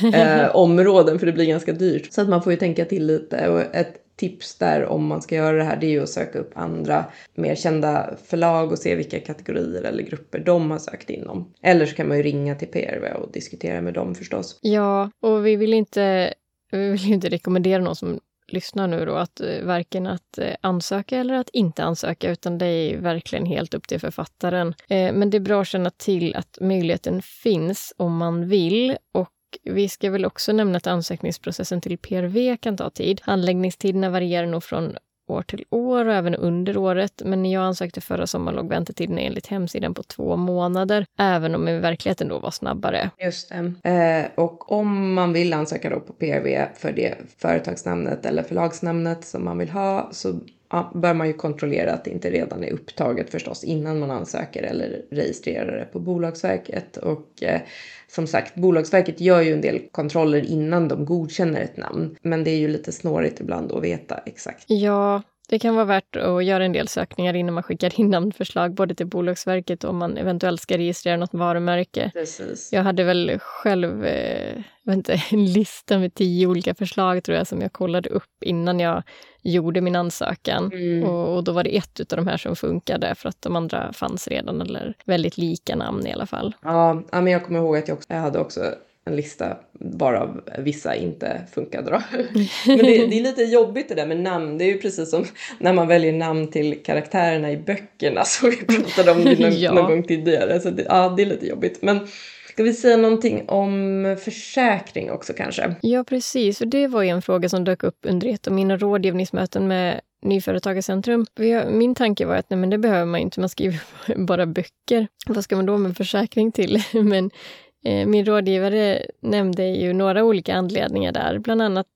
områden för det blir ganska dyrt. Så att man får ju tänka till lite och ett tips där om man ska göra det här, det är ju att söka upp andra mer kända förlag och se vilka kategorier eller grupper de har sökt inom. Eller så kan man ju ringa till PRV och diskutera med dem förstås. Ja, och vi vill inte rekommendera någon som lyssnar nu då att varken att ansöka eller att inte ansöka, utan det är verkligen helt upp till författaren. Men det är bra att känna till att möjligheten finns om man vill, och vi ska väl också nämna att ansökningsprocessen till PRV kan ta tid. Handläggningstiderna varierar nog från år till år och även under året. Men när jag ansökte förra sommaren låg väntetiden enligt hemsidan på 2 månader. Även om i verkligheten då var snabbare. Just det. Och om man vill ansöka då på PRV för det företagsnamnet eller förlagsnamnet som man vill ha, så bör man ju kontrollera att det inte redan är upptaget förstås innan man ansöker eller registrerar det på Bolagsverket. Och som sagt, Bolagsverket gör ju en del kontroller innan de godkänner ett namn. Men det är ju lite snårigt ibland att veta exakt. Ja, det kan vara värt att göra en del sökningar innan man skickar in namnförslag både till Bolagsverket och om man eventuellt ska registrera något varumärke. Precis. Jag hade väl själv en lista med 10 olika förslag tror jag som jag kollade upp innan jag gjorde min ansökan. Och då var det ett av de här som funkade för att de andra fanns redan, eller väldigt lika namn i alla fall. Ja, men jag kommer ihåg att jag hade också en lista varav vissa inte funkade då. Men det är lite jobbigt det där med namn. Det är ju precis som när man väljer namn till karaktärerna i böckerna som vi pratade om någon gång tidigare. Så det är lite jobbigt. Men ska vi säga någonting om försäkring också kanske? Ja, precis. Och det var ju en fråga som dök upp under ett av mina rådgivningsmöten med Nyföretagarcentrum. Min tanke var att nej, men det behöver man inte. Man skriver bara böcker. Vad ska man då med försäkring till? Men min rådgivare nämnde ju några olika anledningar där. Bland annat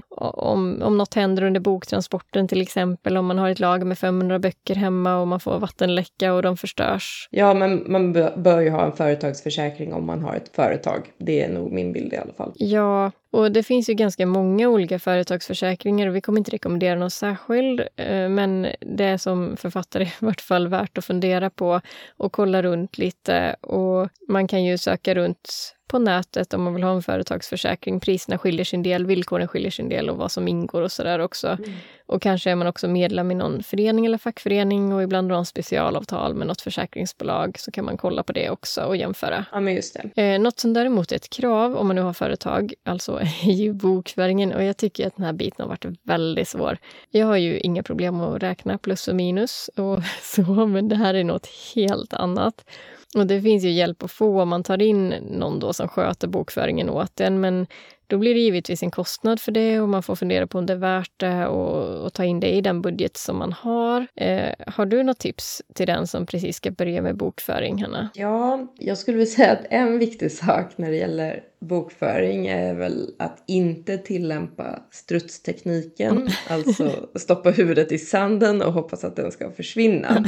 om något händer under boktransporten till exempel. Om man har ett lager med 500 böcker hemma och man får vattenläcka och de förstörs. Ja, men man bör ju ha en företagsförsäkring om man har ett företag. Det är nog min bild i alla fall. Ja, och det finns ju ganska många olika företagsförsäkringar och vi kommer inte rekommendera någon särskild. Men det är som författare i vart fall värt att fundera på och kolla runt lite. Och man kan ju söka runt på nätet om man vill ha en företagsförsäkring. Priserna skiljer sin del, villkoren skiljer sin del och vad som ingår och sådär också. Och kanske är man också medlem i någon förening eller fackförening och ibland har en specialavtal med något försäkringsbolag, så kan man kolla på det också och jämföra. Ja, men just det. Något som däremot är ett krav om man nu har företag, alltså är ju bokföringen, och jag tycker att den här biten har varit väldigt svår. Jag har ju inga problem att räkna plus och minus och så, men det här är något helt annat. Och det finns ju hjälp att få om man tar in någon då som sköter bokföringen åt en, men då blir det givetvis en kostnad för det och man får fundera på om det är värt det och ta in det i den budget som man har. Har du något tips till den som precis ska börja med bokföring, Hanna? Ja, jag skulle vilja säga att en viktig sak när det gäller bokföring är väl att inte tillämpa strutstekniken. Alltså stoppa huvudet i sanden och hoppas att den ska försvinna.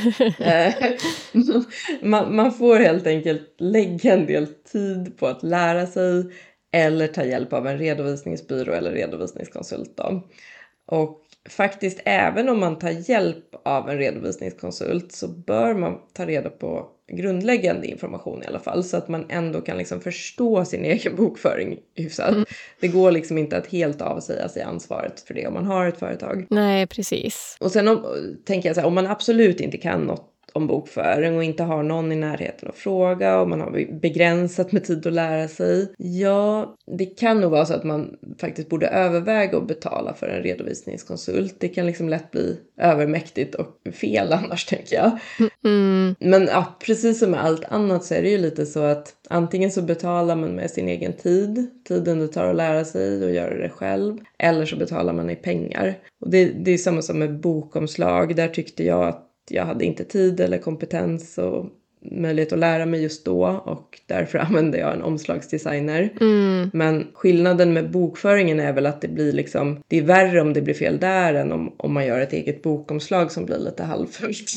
Man får helt enkelt lägga en del tid på att lära sig eller ta hjälp av en redovisningsbyrå eller redovisningskonsult då. Och faktiskt även om man tar hjälp av en redovisningskonsult så bör man ta reda på grundläggande information i alla fall. Så att man ändå kan liksom förstå sin egen bokföring hyfsat. Det går liksom inte att helt avsäga sig ansvaret för det om man har ett företag. Nej, precis. Och sen tänker jag så här, om man absolut inte kan något om bokföring och inte har någon i närheten att fråga och man har begränsat med tid att lära sig. Ja, det kan nog vara så att man faktiskt borde överväga att betala för en redovisningskonsult. Det kan liksom lätt bli övermäktigt och fel annars, tänker jag. Men ja, precis som med allt annat så är det ju lite så att antingen så betalar man med sin egen tiden det tar att lära sig och göra det själv, eller så betalar man i pengar. Och det är samma som med bokomslag. Där tyckte jag att jag hade inte tid eller kompetens och möjlighet att lära mig just då och därför använde jag en omslagsdesigner. Men skillnaden med bokföringen är väl att det blir liksom, det är värre om det blir fel där än om man gör ett eget bokomslag som blir lite halvfullt.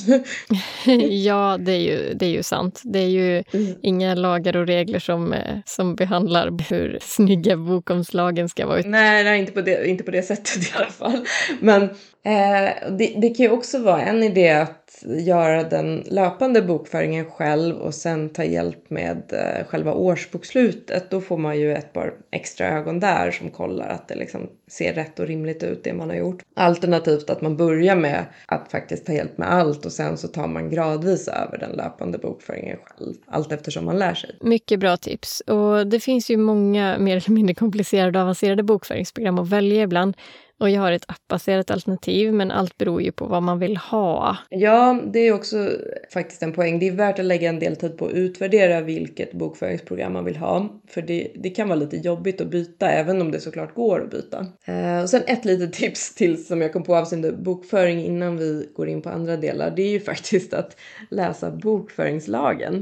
Ja, det är ju sant. Det är ju inga lagar och regler som behandlar hur snygga bokomslagen ska vara. Nej, inte på det sättet i alla fall. Men det kan ju också vara en idé att göra den löpande bokföringen själv och sen ta hjälp med själva årsbokslutet. Då får man ju ett par extra ögon där som kollar att det liksom ser rätt och rimligt ut det man har gjort. Alternativt att man börjar med att faktiskt ta hjälp med allt och sen så tar man gradvis över den löpande bokföringen själv. Allt eftersom man lär sig. Mycket bra tips. Och det finns ju många mer eller mindre komplicerade och avancerade bokföringsprogram att välja ibland. Och jag har ett appbaserat alternativ, men allt beror ju på vad man vill ha. Ja, det är också faktiskt en poäng. Det är värt att lägga en del tid på att utvärdera vilket bokföringsprogram man vill ha. För det kan vara lite jobbigt att byta, även om det såklart går att byta. Och sen ett litet tips till som jag kom på avseende bokföring innan vi går in på andra delar. Det är ju faktiskt att läsa bokföringslagen.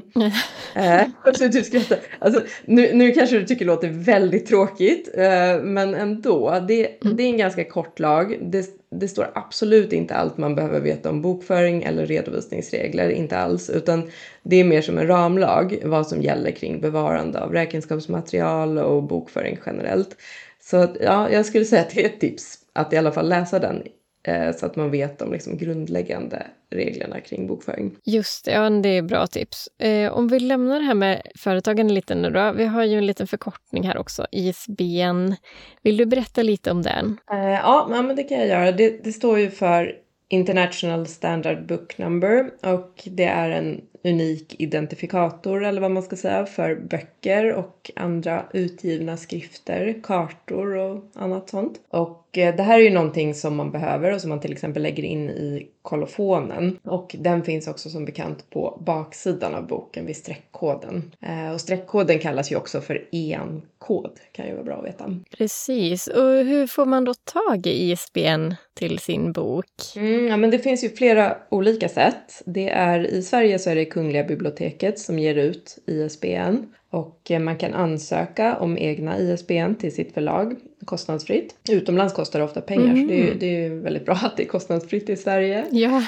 Du skrattar. Alltså, nu kanske du tycker det låter väldigt tråkigt, men ändå. Det är en ganska kort lag. Det står absolut inte allt man behöver veta om bokföring eller redovisningsregler, inte alls, utan det är mer som en ramlag vad som gäller kring bevarande av räkenskapsmaterial och bokföring generellt. Så ja, jag skulle säga att det är ett tips att i alla fall läsa den så att man vet de liksom grundläggande reglerna kring bokföring. Just det, ja, det är bra tips. Om vi lämnar det här med företagen lite nu då. Vi har ju en liten förkortning här också, ISBN. Vill du berätta lite om den? Ja, men det kan jag göra. Det står ju för International Standard Book Number och det är en unik identifikator eller vad man ska säga för böcker och andra utgivna skrifter, kartor och annat sånt. Och det här är ju någonting som man behöver och som man till exempel lägger in i kolofonen. Och den finns också som bekant på baksidan av boken vid streckkoden. Och streckkoden kallas ju också för EN-kod, kan ju vara bra att veta. Precis, och hur får man då tag i ISBN till sin bok? Ja, men det finns ju flera olika sätt. I Sverige så är det Kungliga biblioteket som ger ut ISBN. Och man kan ansöka om egna ISBN till sitt förlag kostnadsfritt. Utomlands kostar det ofta pengar så det är ju väldigt bra att det är kostnadsfritt i Sverige. Ja.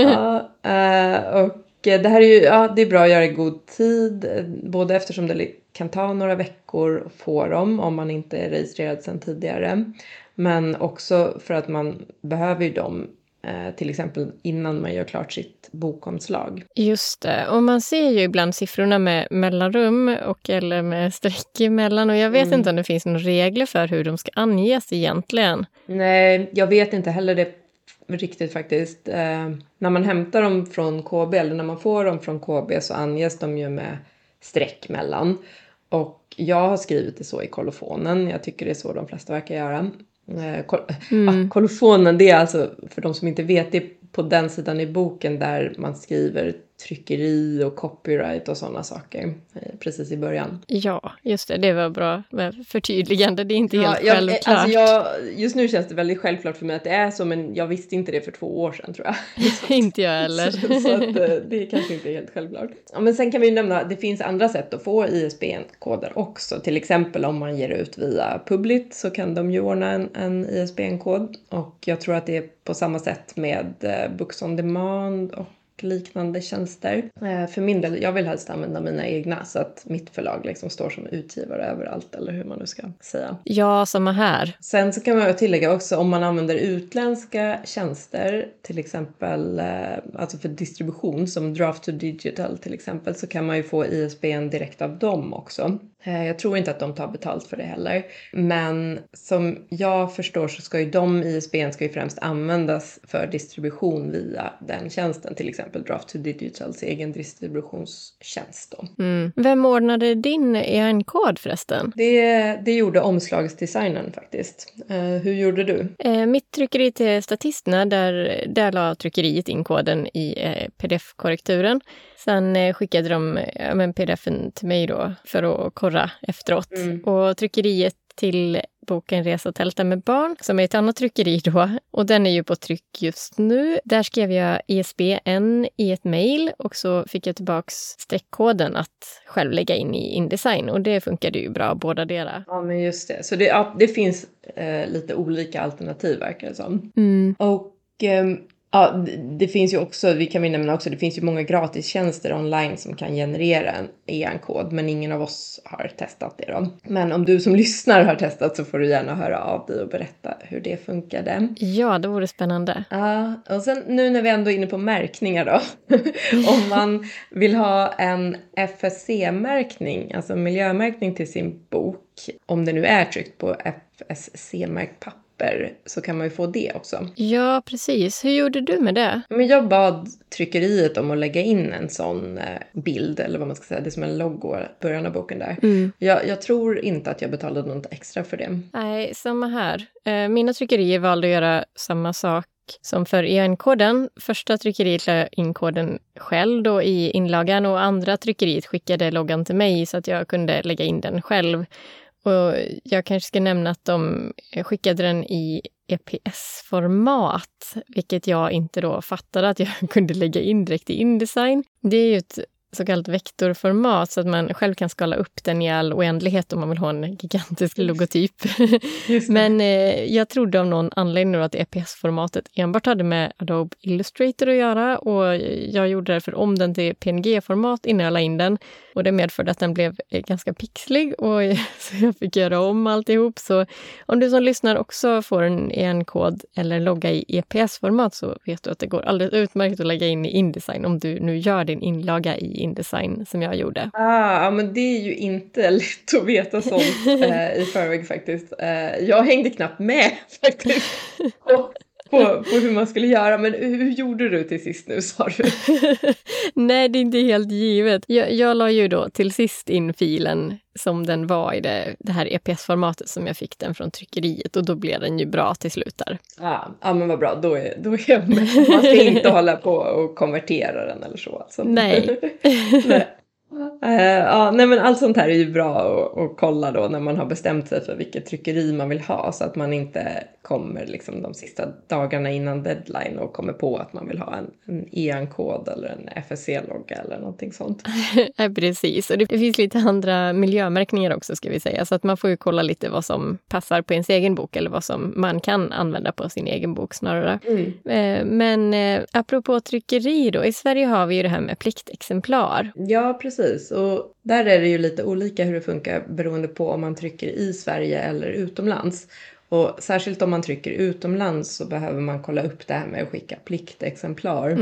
Och det här är ju det är bra att göra i god tid. Både eftersom det kan ta några veckor att få dem om man inte är registrerad sedan tidigare. Men också för att man behöver ju dem till exempel innan man gör klart sitt bokomslag. Just det, och man ser ju ibland siffrorna med mellanrum eller med streck emellan, och jag vet inte om det finns några regler för hur de ska anges egentligen. Nej, jag vet inte heller det riktigt faktiskt. När man hämtar dem från KB eller när man får dem från KB så anges de ju med streck mellan. Och jag har skrivit det så i kolofonen. Jag tycker det är så de flesta verkar göra. Kolofonen, det är alltså, för de som inte vet, det är på den sidan i boken där man skriver tryckeri och copyright och sådana saker precis i början. Ja, just det. Det var bra med förtydligande. Det är inte helt självklart. Alltså just nu känns det väldigt självklart för mig att det är så, men jag visste inte det för 2 år sedan tror jag. Inte jag heller. Så att det kanske inte är helt självklart. Ja, men sen kan vi ju nämna att det finns andra sätt att få ISBN-koder också. Till exempel om man ger ut via Publit så kan de ju ordna en ISBN-kod. Och jag tror att det är på samma sätt med Books on Demand och liknande tjänster. För min del, jag vill helst använda mina egna så att mitt förlag liksom står som utgivare överallt, eller hur man nu ska säga. Ja, samma här. Sen så kan man tillägga också om man använder utländska tjänster, till exempel alltså för distribution som Draft to Digital till exempel, så kan man ju få ISBN direkt av dem också. Jag tror inte att de tar betalt för det heller. Men som jag förstår så ska ju de ISBN ska ju främst användas för distribution via den tjänsten. Till exempel Draft to Digitals egen distributionstjänst då. Vem ordnade din EAN-kod förresten? Det gjorde omslagsdesignern faktiskt. Hur gjorde du? Mitt tryckeri till statisterna, där la tryckeriet in koden i pdf-korrekturen. Sen skickade de pdf-en till mig då för att korra efteråt. Och tryckeriet till boken Resa tälta med barn, som är ett annat tryckeri då, och den är ju på tryck just nu. Där skrev jag ISBN i ett mejl och så fick jag tillbaks streckkoden att själv lägga in i InDesign, och det funkade ju bra båda deras. Ja, men just det. Så det finns lite olika alternativ verkar det som. Och ja, det finns ju också, vi kan nämna också, det finns ju många gratistjänster online som kan generera en EAN-kod, men ingen av oss har testat det då. Men om du som lyssnar har testat så får du gärna höra av dig och berätta hur det funkade. Ja, det vore spännande. Ja, och sen nu när vi ändå är inne på märkningar då. Om man vill ha en FSC-märkning, alltså miljömärkning till sin bok, om det nu är tryckt på FSC-märkt papper, så kan man ju få det också. Ja, precis. Hur gjorde du med det? Men jag bad tryckeriet om att lägga in en sån bild, eller vad man ska säga, det är som en logo i början av boken där. Jag tror inte att jag betalade något extra för det. Nej, samma här. Mina tryckerier valde att göra samma sak som för EAN-koden. Första tryckeriet la in koden själv då i inlagan, och andra tryckeriet skickade loggan till mig så att jag kunde lägga in den själv. Och jag kanske ska nämna att de skickade den i EPS-format, vilket jag inte då fattade att jag kunde lägga in direkt i InDesign. Det är ju ett så kallat vektorformat så att man själv kan skala upp den i all oändlighet om man vill ha en gigantisk logotyp. Men jag trodde av någon anledning då att EPS-formatet enbart hade med Adobe Illustrator att göra, och jag gjorde därför om den till PNG-format innan jag la in den, och det medförde att den blev ganska pixlig, och så jag fick göra om alltihop. Så om du som lyssnar också får en EAN-kod eller logga i EPS-format så vet du att det går alldeles utmärkt att lägga in i InDesign om du nu gör din inlaga i InDesign som jag gjorde. Ja, men det är ju inte lätt att veta sånt i förväg faktiskt. Jag hängde knappt med faktiskt på hur man skulle göra, men hur gjorde du till sist nu, sa du? Nej, det är inte helt givet. Jag la ju då till sist in filen som den var i det här EPS-formatet som jag fick den från tryckeriet, och då blev den ju bra till slut där. Ja, men vad bra. Då är jag med. Man ska inte hålla på och konvertera den eller så. Alltså. Nej. Nej. Nej, men allt sånt här är ju bra att kolla då när man har bestämt sig för vilket tryckeri man vill ha, så att man inte kommer liksom de sista dagarna innan deadline och kommer på att man vill ha en EAN-kod eller en FSC-logga eller någonting sånt. Ja, precis. Och det finns lite andra miljömärkningar också, ska vi säga, så att man får ju kolla lite vad som passar på ens egen bok eller vad som man kan använda på sin egen bok snarare. Men apropå tryckeri då, i Sverige har vi ju det här med pliktexemplar. Ja, precis. Och där är det ju lite olika hur det funkar beroende på om man trycker i Sverige eller utomlands. Och särskilt om man trycker utomlands så behöver man kolla upp det här med att skicka pliktexemplar.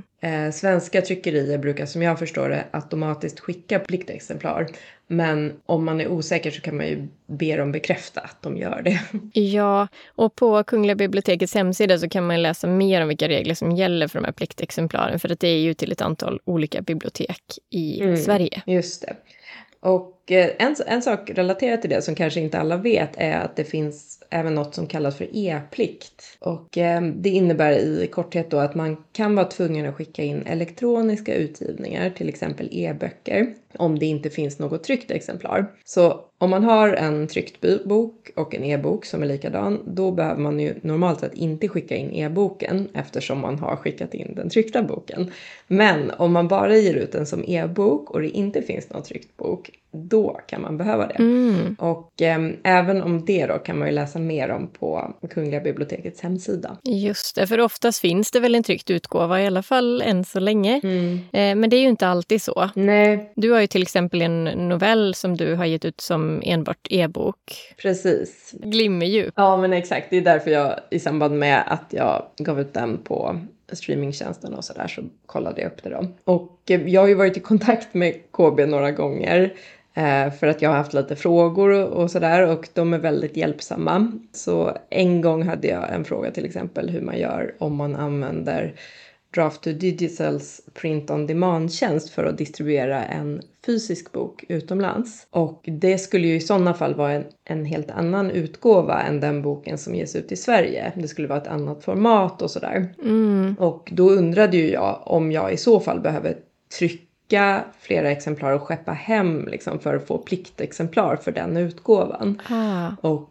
Svenska tryckerier brukar, som jag förstår det, automatiskt skicka pliktexemplar. Men om man är osäker så kan man ju be dem bekräfta att de gör det. Ja, och på Kungliga bibliotekets hemsida så kan man läsa mer om vilka regler som gäller för de här pliktexemplaren. För att det är ju till ett antal olika bibliotek i Sverige. Just det. Och en sak relaterat till det som kanske inte alla vet är att det finns även något som kallas för e-plikt. Och det innebär i korthet då att man kan vara tvungen att skicka in elektroniska utgivningar, till exempel e-böcker, om det inte finns något tryckt exemplar. Så om man har en tryckt bok och en e-bok som är likadan, då behöver man ju normalt sett inte skicka in e-boken eftersom man har skickat in den tryckta boken. Men om man bara ger ut den som e-bok och det inte finns någon tryckt bok, då kan man behöva det. Och även om det då kan man ju läsa mer om på Kungliga bibliotekets hemsida. Just det, för oftast finns det väl en tryckt utgåva, i alla fall än så länge. Men det är ju inte alltid så. Nej. Du har ju till exempel en novell som du har gett ut som enbart e-bok. Precis. Glimmerdjup. Ja, men exakt. Det är därför jag i samband med att jag gav ut den på streamingtjänsten och sådär så kollade jag upp det då. Och jag har ju varit i kontakt med KB några gånger för att jag har haft lite frågor och sådär, och de är väldigt hjälpsamma. Så en gång hade jag en fråga till exempel hur man gör om man använder Draft2Digitals print on demand-tjänst för att distribuera en fysisk bok utomlands. Och det skulle ju i sådana fall vara en helt annan utgåva än den boken som ges ut i Sverige. Det skulle vara ett annat format och sådär. Och då undrade ju jag om jag i så fall behöver trycka flera exemplar och skeppa hem liksom, för att få pliktexemplar för den utgåvan. Och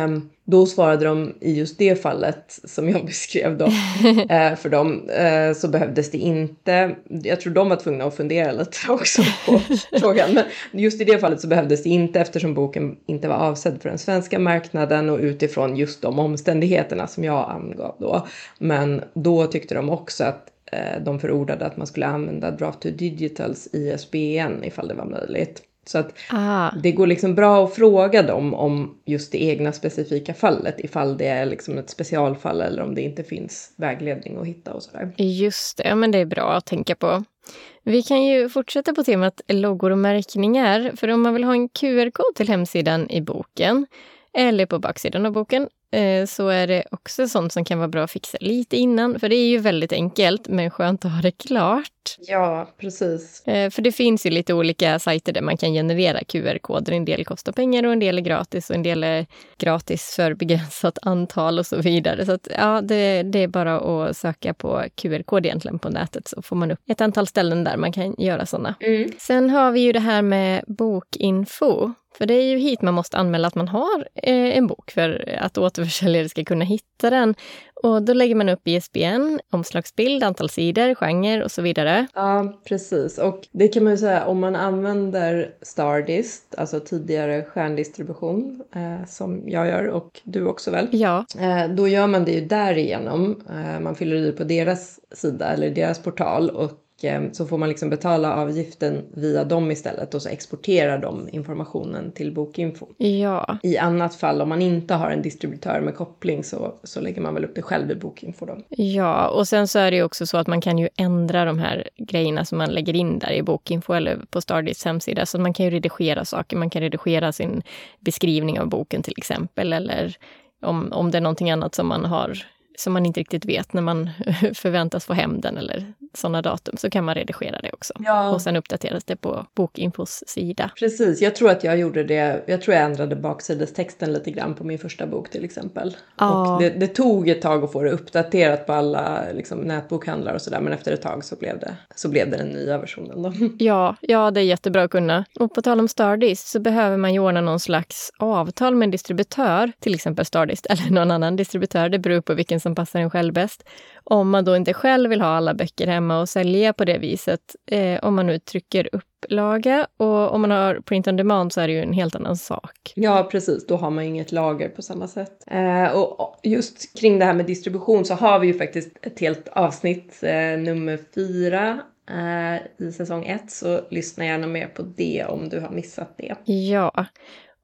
då svarade de i just det fallet som jag beskrev då för dem så behövdes det inte. Jag tror de var tvungna att fundera lite också på frågan. Men just i det fallet så behövdes det inte eftersom boken inte var avsedd för den svenska marknaden och utifrån just de omständigheterna som jag angav då. Men då tyckte de också att de förordade att man skulle använda Draft2Digitals ISBN ifall det var möjligt. Så att det går liksom bra att fråga dem om just det egna specifika fallet ifall det är liksom ett specialfall eller om det inte finns vägledning att hitta och sådär. Just det, men det är bra att tänka på. Vi kan ju fortsätta på temat loggor och märkningar, för om man vill ha en QR-kod till hemsidan i boken eller på baksidan av boken så är det också sånt som kan vara bra att fixa lite innan. För det är ju väldigt enkelt, men skönt att ha det klart. Ja, precis. För det finns ju lite olika sajter där man kan generera QR-koder. En del kostar pengar och en del är gratis. Och en del är gratis för begränsat antal och så vidare. Så att, ja, det är bara att söka på QR-kod egentligen på nätet så får man upp ett antal ställen där man kan göra sådana. Sen har vi ju det här med bokinfo. För det är ju hit man måste anmäla att man har en bok för att återförsäljare ska kunna hitta den. Och då lägger man upp ISBN, omslagsbild, antal sidor, genre och så vidare. Ja, precis. Och det kan man ju säga om man använder Stardist, alltså tidigare stjärndistribution som jag gör och du också väl? Ja. Då gör man det ju därigenom. Man fyller i på deras sida eller deras portal och så får man liksom betala avgiften via dem istället och så exporterar de informationen till Bokinfo. Ja. I annat fall, om man inte har en distributör med koppling så lägger man väl upp det själv i Bokinfo då. Ja, och sen så är det ju också så att man kan ju ändra de här grejerna som man lägger in där i Bokinfo eller på Stardists hemsida. Så man kan ju redigera saker, man kan redigera sin beskrivning av boken till exempel. Eller om det är någonting annat som man har som man inte riktigt vet när man förväntas få hem den eller sådana datum, så kan man redigera det också. Ja. Och sen uppdateras det på Bokinfos sida. Precis, jag tror att jag gjorde det. Jag tror jag ändrade baksidestexten lite grann på min första bok till exempel. Ja. Och det tog ett tag att få det uppdaterat på alla liksom, nätbokhandlar och sådär, men efter ett tag så blev det den nya versionen då. Ja, det är jättebra att kunna. Och på tal om Stardist så behöver man ju ordna någon slags avtal med en distributör, till exempel Stardist eller någon annan distributör, det beror på vilken som passar en själv bäst. Om man då inte själv vill ha alla böcker hemma och sälja på det viset, om man nu trycker upplaga, och om man har print on demand så är det ju en helt annan sak. Ja, precis. Då har man inget lager på samma sätt. Och just kring det här med distribution så har vi ju faktiskt ett helt avsnitt, nummer 4 i säsong 1, så lyssna gärna mer på det om du har missat det. Ja,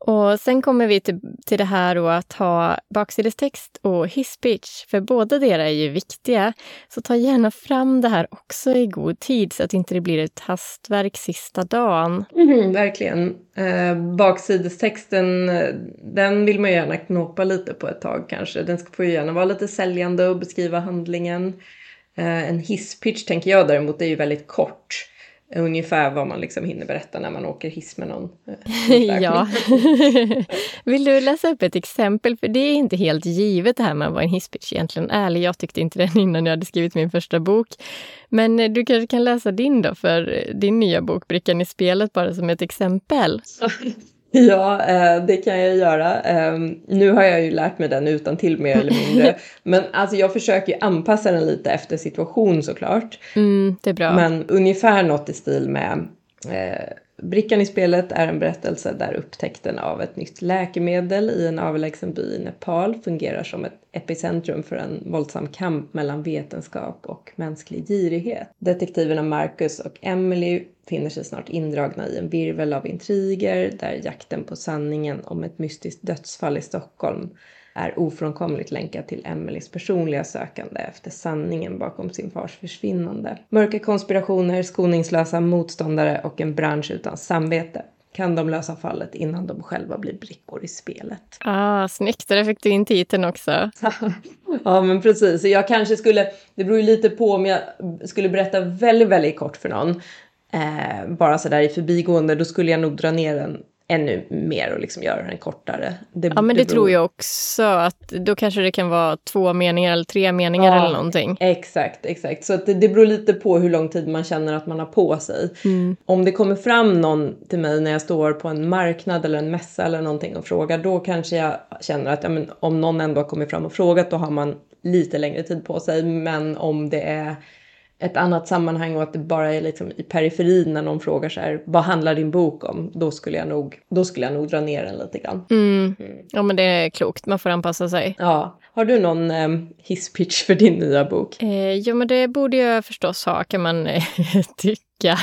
Och sen kommer vi till det här då att ha baksidestext och hisspitch, för båda delar är ju viktiga. Så ta gärna fram det här också i god tid så att inte det blir ett hastverk sista dagen. Verkligen. Baksidestexten, den vill man gärna knåpa lite på ett tag kanske. Den får ju gärna vara lite säljande och beskriva handlingen. En hisspitch tänker jag däremot är ju väldigt kort. Ungefär vad man liksom hinner berätta när man åker hiss med någon. Ja. Vill du läsa upp ett exempel? För det är inte helt givet det här med vad en hisspitch egentligen är. Eller jag tyckte inte den innan jag hade skrivit min första bok. Men du kanske kan läsa din då för din nya bok Brickan i spelet bara som ett exempel. Ja, det kan jag göra. Nu har jag ju lärt mig den utan till mer eller mindre. Men alltså jag försöker ju anpassa den lite efter situation såklart. Det är bra. Men ungefär något i stil med Brickan i spelet är en berättelse där upptäckten av ett nytt läkemedel i en avlägsen by i Nepal fungerar som ett epicentrum för en våldsam kamp mellan vetenskap och mänsklig girighet. Detektiverna Marcus och Emily finner sig snart indragna i en virvel av intriger där jakten på sanningen om ett mystiskt dödsfall i Stockholm är ofrånkomligt länkad till Emelies personliga sökande efter sanningen bakom sin fars försvinnande. Mörka konspirationer, skoningslösa motståndare och en bransch utan samvete. Kan de lösa fallet innan de själva blir brickor i spelet? Snyggt. Där fick du in titeln också. Ja, men precis. Jag kanske skulle, det beror ju lite på om jag skulle berätta väldigt, väldigt kort för någon. Bara sådär i förbigående, då skulle jag nog dra ner den ännu mer och liksom göra den kortare. Men det tror jag också, att då kanske det kan vara 2 meningar eller 3 meningar eller någonting. Exakt. Så att det beror lite på hur lång tid man känner att man har på sig. Om det kommer fram någon till mig när jag står på en marknad eller en mässa eller någonting och frågar, då kanske jag känner att om någon ändå har kommit fram och frågat, då har man lite längre tid på sig. Men om det är ett annat sammanhang och att det bara är liksom i periferin när någon frågar så här, vad handlar din bok om? Då skulle jag nog dra ner den lite grann. Ja, men det är klokt. Man får anpassa sig. Ja. Har du någon hisspitch för din nya bok? Ja, men det borde jag förstås ha, kan man tycka.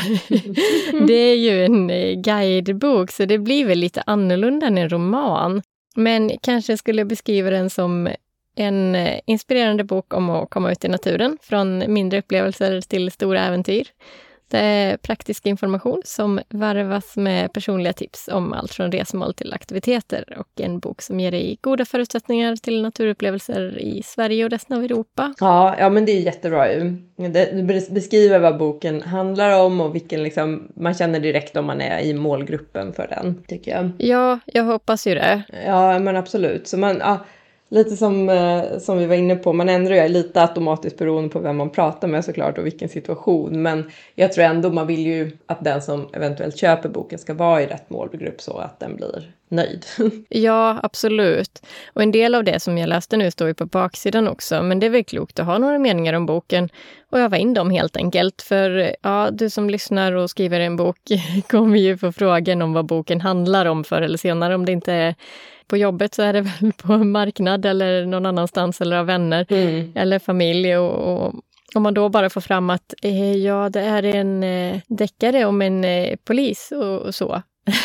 Det är ju en guidebok, så det blir väl lite annorlunda än en roman. Men kanske skulle jag beskriva den som en inspirerande bok om att komma ut i naturen, från mindre upplevelser till stora äventyr. Det är praktisk information som varvas med personliga tips om allt från resmål till aktiviteter, och en bok som ger dig goda förutsättningar till naturupplevelser i Sverige och resten av Europa. Ja, men det är jättebra ju. Det beskriver vad boken handlar om och vilken liksom, man känner direkt om man är i målgruppen för den, tycker jag. Ja, jag hoppas ju det. Ja, men absolut. Så lite som vi var inne på, man ändrar ju lite automatiskt beroende på vem man pratar med såklart och vilken situation. Men jag tror ändå man vill ju att den som eventuellt köper boken ska vara i rätt målgrupp så att den blir nöjd. Ja, absolut. Och en del av det som jag läste nu står ju på baksidan också. Men det är väl klokt att ha några meningar om boken och öva in dem helt enkelt. För du som lyssnar och skriver en bok kommer ju få frågan om vad boken handlar om förr eller senare. Om det inte är på jobbet så är det väl på en marknad eller någon annanstans eller av vänner eller familj. Och om man då bara får fram att det är en deckare om en polis och så.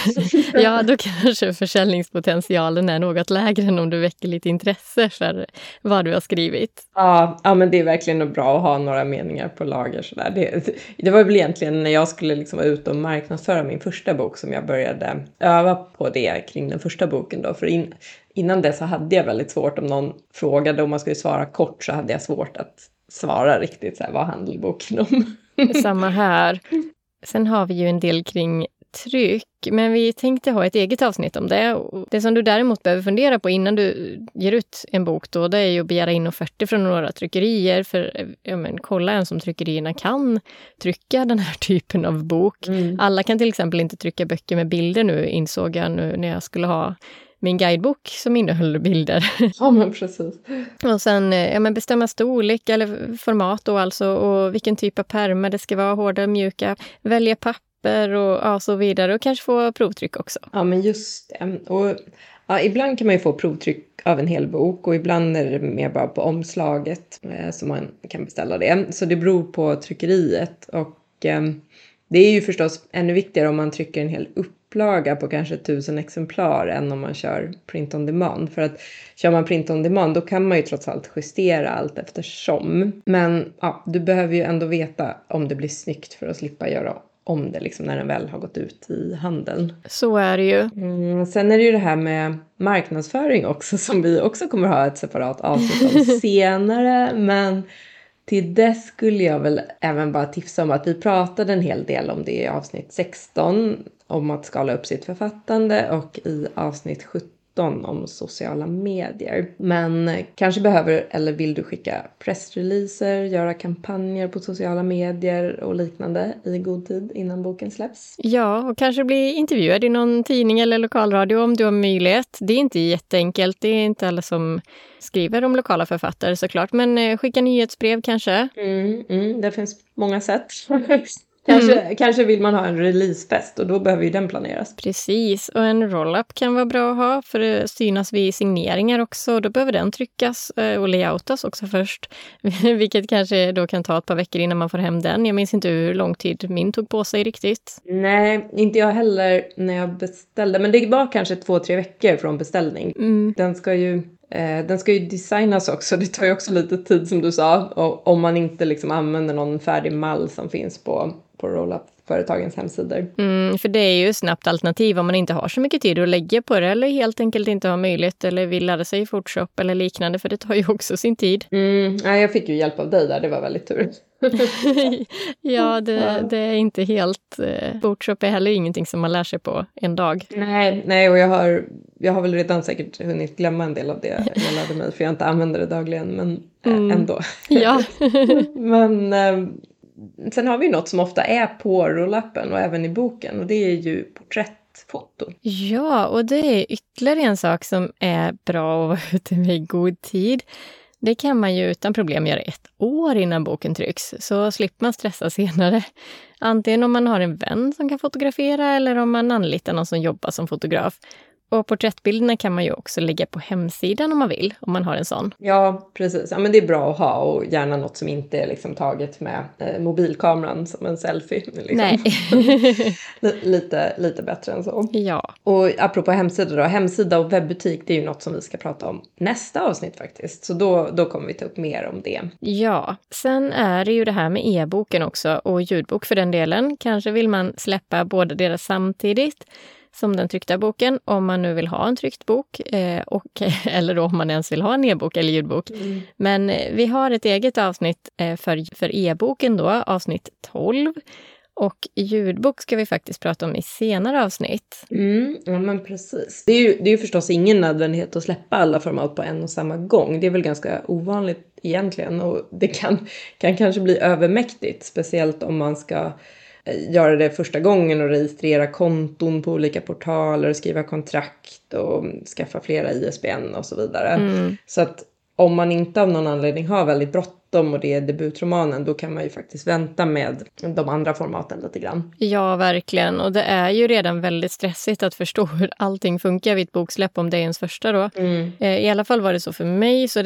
Ja, då kanske försäljningspotentialen är något lägre än om du väcker lite intresse för vad du har skrivit. Ja, men det är verkligen bra att ha några meningar på lager sådär. Det var väl egentligen när jag skulle liksom vara ute och marknadsföra min första bok som jag började öva på det kring den första boken då. För innan det så hade jag väldigt svårt, om någon frågade om man skulle svara kort så hade jag svårt att svara riktigt så här, vad handlar boken om? Samma här. Sen har vi ju en del kring tryck, men vi tänkte ha ett eget avsnitt om det. Det som du däremot behöver fundera på innan du ger ut en bok då, det är ju att begära in offerter från några tryckerier, för kolla en som tryckerierna kan trycka den här typen av bok. Alla kan till exempel inte trycka böcker med bilder nu, insåg jag nu när jag skulle ha min guidebok som innehöll bilder. Ja, men precis. Och sen bestämma storlek eller format då alltså, och vilken typ av pärmar det ska vara, hårda, mjuka, välja papper och så vidare, och kanske få provtryck också. Ja, men just det. Och ibland kan man ju få provtryck av en hel bok och ibland är det mer bara på omslaget så man kan beställa det. Så det beror på tryckeriet, och det är ju förstås ännu viktigare om man trycker en hel upplaga upplaga på kanske 1000 exemplar än om man kör print on demand. För att kör man print on demand då kan man ju trots allt justera allt eftersom. Men ja, du behöver ju ändå veta om det blir snyggt för att slippa göra om det liksom när den väl har gått ut i handeln. Så är det ju. Sen är det ju det här med marknadsföring också som vi också kommer ha ett separat avsnitt om senare. Men till det skulle jag väl även bara tipsa om att vi pratade en hel del om det i avsnitt 16 om att skala upp sitt författande och i avsnitt 17 om sociala medier. Men kanske behöver eller vill du skicka pressreleaser, göra kampanjer på sociala medier och liknande i god tid innan boken släpps. Ja, och kanske bli intervjuad i någon tidning eller lokalradio om du har möjlighet. Det är inte jätteenkelt, det är inte alla som skriver om lokala författare såklart, men skicka nyhetsbrev kanske. Det finns många sätt. Kanske vill man ha en releasefest och då behöver ju den planeras. Precis, och en roll-up kan vara bra att ha för det synas vid signeringar också. Då behöver den tryckas och layoutas också först. Vilket kanske då kan ta ett par veckor innan man får hem den. Jag minns inte hur lång tid min tog på sig riktigt. Nej, inte jag heller när jag beställde. Men det var kanske 2-3 veckor från beställning. Den ska ju designas också. Det tar ju också lite tid som du sa. Och om man inte liksom använder någon färdig mall som finns på roll-up-företagens hemsidor. För det är ju snabbt alternativ om man inte har så mycket tid att lägga på det. Eller helt enkelt inte har möjlighet eller vill lära sig i Photoshop eller liknande. För det tar ju också sin tid. Jag fick ju hjälp av dig där. Det var väldigt tur. Ja, det är inte helt... Photoshop är heller ingenting som man lär sig på en dag. Nej, och jag har väl redan säkert hunnit glömma en del av det jag lärde mig. För jag inte använder det dagligen, men ändå. Ja. Men sen har vi något som ofta är på roll-upen och även i boken. Och det är ju porträttfoto. Ja, och det är ytterligare en sak som är bra att vara ute med i god tid. Det kan man ju utan problem göra 1 år innan boken trycks, så slipper man stressa senare. Antingen om man har en vän som kan fotografera eller om man anlitar någon som jobbar som fotograf. Och porträttbilderna kan man ju också lägga på hemsidan om man vill, om man har en sån. Ja, precis. Ja, men det är bra att ha och gärna något som inte är liksom taget med mobilkameran som en selfie. Liksom. Nej. lite bättre än så. Ja. Och apropå hemsida då, hemsida och webbutik det är ju något som vi ska prata om nästa avsnitt faktiskt. Så då kommer vi ta upp mer om det. Ja, sen är det ju det här med e-boken också och ljudbok för den delen. Kanske vill man släppa båda deras samtidigt som den tryckta boken, om man nu vill ha en tryckt bok eller då om man ens vill ha en e-bok eller ljudbok. Men vi har ett eget avsnitt för e-boken då, avsnitt 12. Och ljudbok ska vi faktiskt prata om i senare avsnitt. Ja men precis. Det är ju förstås ingen nödvändighet att släppa alla format på en och samma gång. Det är väl ganska ovanligt egentligen och det kan kanske bli övermäktigt. Speciellt om man ska göra det första gången och registrera konton på olika portaler, skriva kontrakt och skaffa flera ISBN och så vidare. Så att om man inte av någon anledning har väldigt bråttom och det är debutromanen, då kan man ju faktiskt vänta med de andra formaten lite grann. Ja, verkligen. Och det är ju redan väldigt stressigt att förstå hur allting funkar vid ett boksläpp om det är ens första då. I alla fall var det så för mig, så det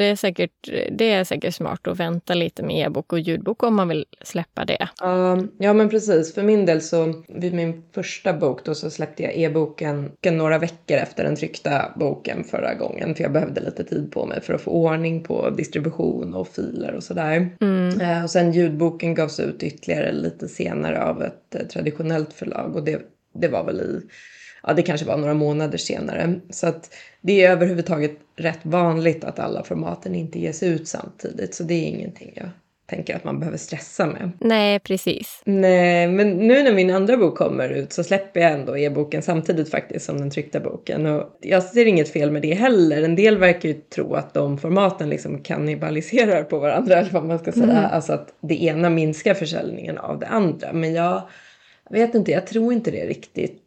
är säkert smart att vänta lite med e-bok och ljudbok om man vill släppa det. Ja, men precis. För min del så, vid min första bok då så släppte jag e-boken några veckor efter den tryckta boken förra gången. För jag behövde lite tid på mig för att få ordning på distribution och filer och sådär. Och sen ljudboken gavs ut ytterligare lite senare av ett traditionellt förlag. Och det var väl det kanske var några månader senare. Så att det är överhuvudtaget rätt vanligt att alla formaten inte ges ut samtidigt. Så det är ingenting jag tänker att man behöver stressa med. Nej, precis. Nej, men nu när min andra bok kommer ut så släpper jag ändå e-boken samtidigt faktiskt som den tryckta boken. Och jag ser inget fel med det heller. En del verkar ju tro att de formaten liksom kannibaliserar på varandra, eller vad man ska säga. Alltså att det ena minskar försäljningen av det andra. Men jag vet inte, jag tror inte det riktigt.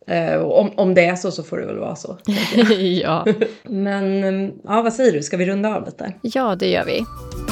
Om det är så får det väl vara så. Ja. Men vad säger du? Ska vi runda av lite? Ja, det gör vi.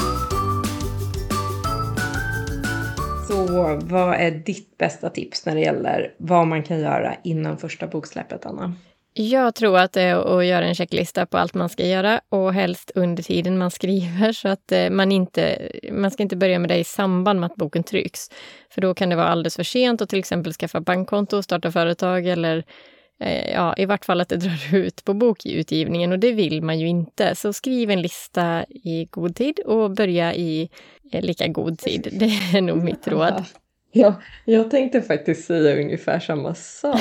Så vad är ditt bästa tips när det gäller vad man kan göra innan första boksläppet, Anna? Jag tror att det är att göra en checklista på allt man ska göra och helst under tiden man skriver så att man ska inte börja med det i samband med att boken trycks. För då kan det vara alldeles för sent att till exempel skaffa bankkonto, starta företag eller i vart fall att det drar ut på bokutgivningen och det vill man ju inte. Så skriv en lista i god tid och börja i lika god tid. Det är nog mitt råd. Ja, jag tänkte faktiskt säga ungefär samma sak.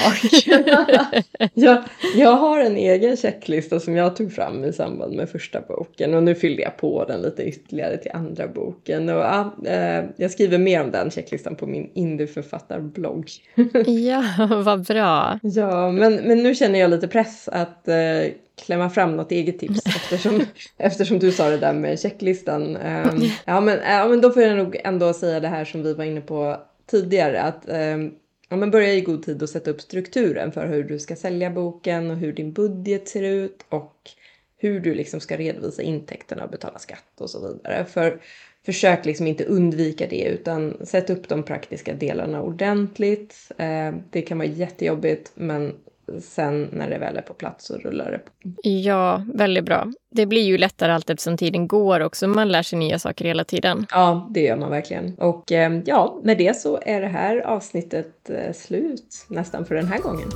Jag har en egen checklista som jag tog fram i samband med första boken och nu fyllde jag på den lite ytterligare till andra boken. Och, jag skriver mer om den checklistan på min indieförfattarblogg. Ja, vad bra. Ja, men nu känner jag lite press att klämma fram något eget tips eftersom du sa det där med checklistan. Men då får jag nog ändå säga det här som vi var inne på tidigare, att börja i god tid och sätta upp strukturen för hur du ska sälja boken och hur din budget ser ut och hur du liksom ska redovisa intäkterna och betala skatt och så vidare. Försök liksom inte undvika det utan sätt upp de praktiska delarna ordentligt. Det kan vara jättejobbigt men sen när det väl är på plats så rullar det på. Ja, väldigt bra. Det blir ju lättare allt eftersom tiden går också. Man lär sig nya saker hela tiden. Ja, det gör man verkligen. Och med det så är det här avsnittet slut nästan för den här gången.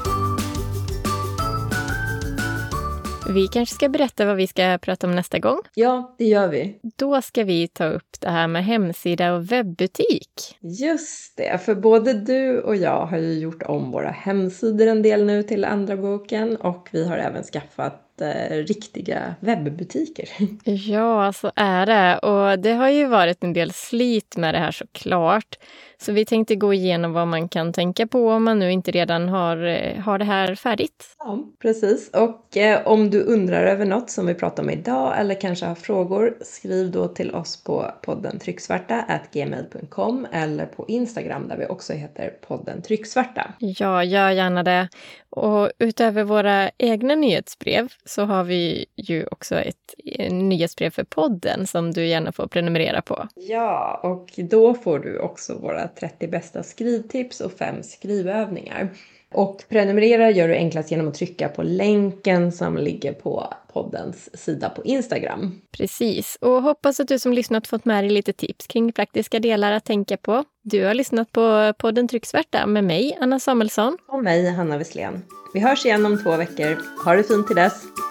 Vi kanske ska berätta vad vi ska prata om nästa gång. Ja, det gör vi. Då ska vi ta upp det här med hemsida och webbutik. Just det, för både du och jag har ju gjort om våra hemsidor en del nu till andra boken. Och vi har även skaffat riktiga webbutiker. Ja, så är det. Och det har ju varit en del slit med det här såklart. Så vi tänkte gå igenom vad man kan tänka på om man nu inte redan har det här färdigt. Ja, precis. Och om du undrar över något som vi pratar om idag eller kanske har frågor, skriv då till oss på podden trycksvarta@gmail.com eller på Instagram där vi också heter podden trycksvarta. Ja, gör gärna det. Och utöver våra egna nyhetsbrev så har vi ju också ett nyhetsbrev för podden som du gärna får prenumerera på. Ja, och då får du också våra 30 bästa skrivtips och 5 skrivövningar. Och prenumerera gör du enklast genom att trycka på länken som ligger på poddens sida på Instagram. Precis, och hoppas att du som lyssnat fått med dig lite tips kring praktiska delar att tänka på. Du har lyssnat på podden Trycksvarta med mig, Anna Samuelsson. Och mig, Hanna Wesslén. Vi hörs igen om 2 veckor. Ha det fint till dess!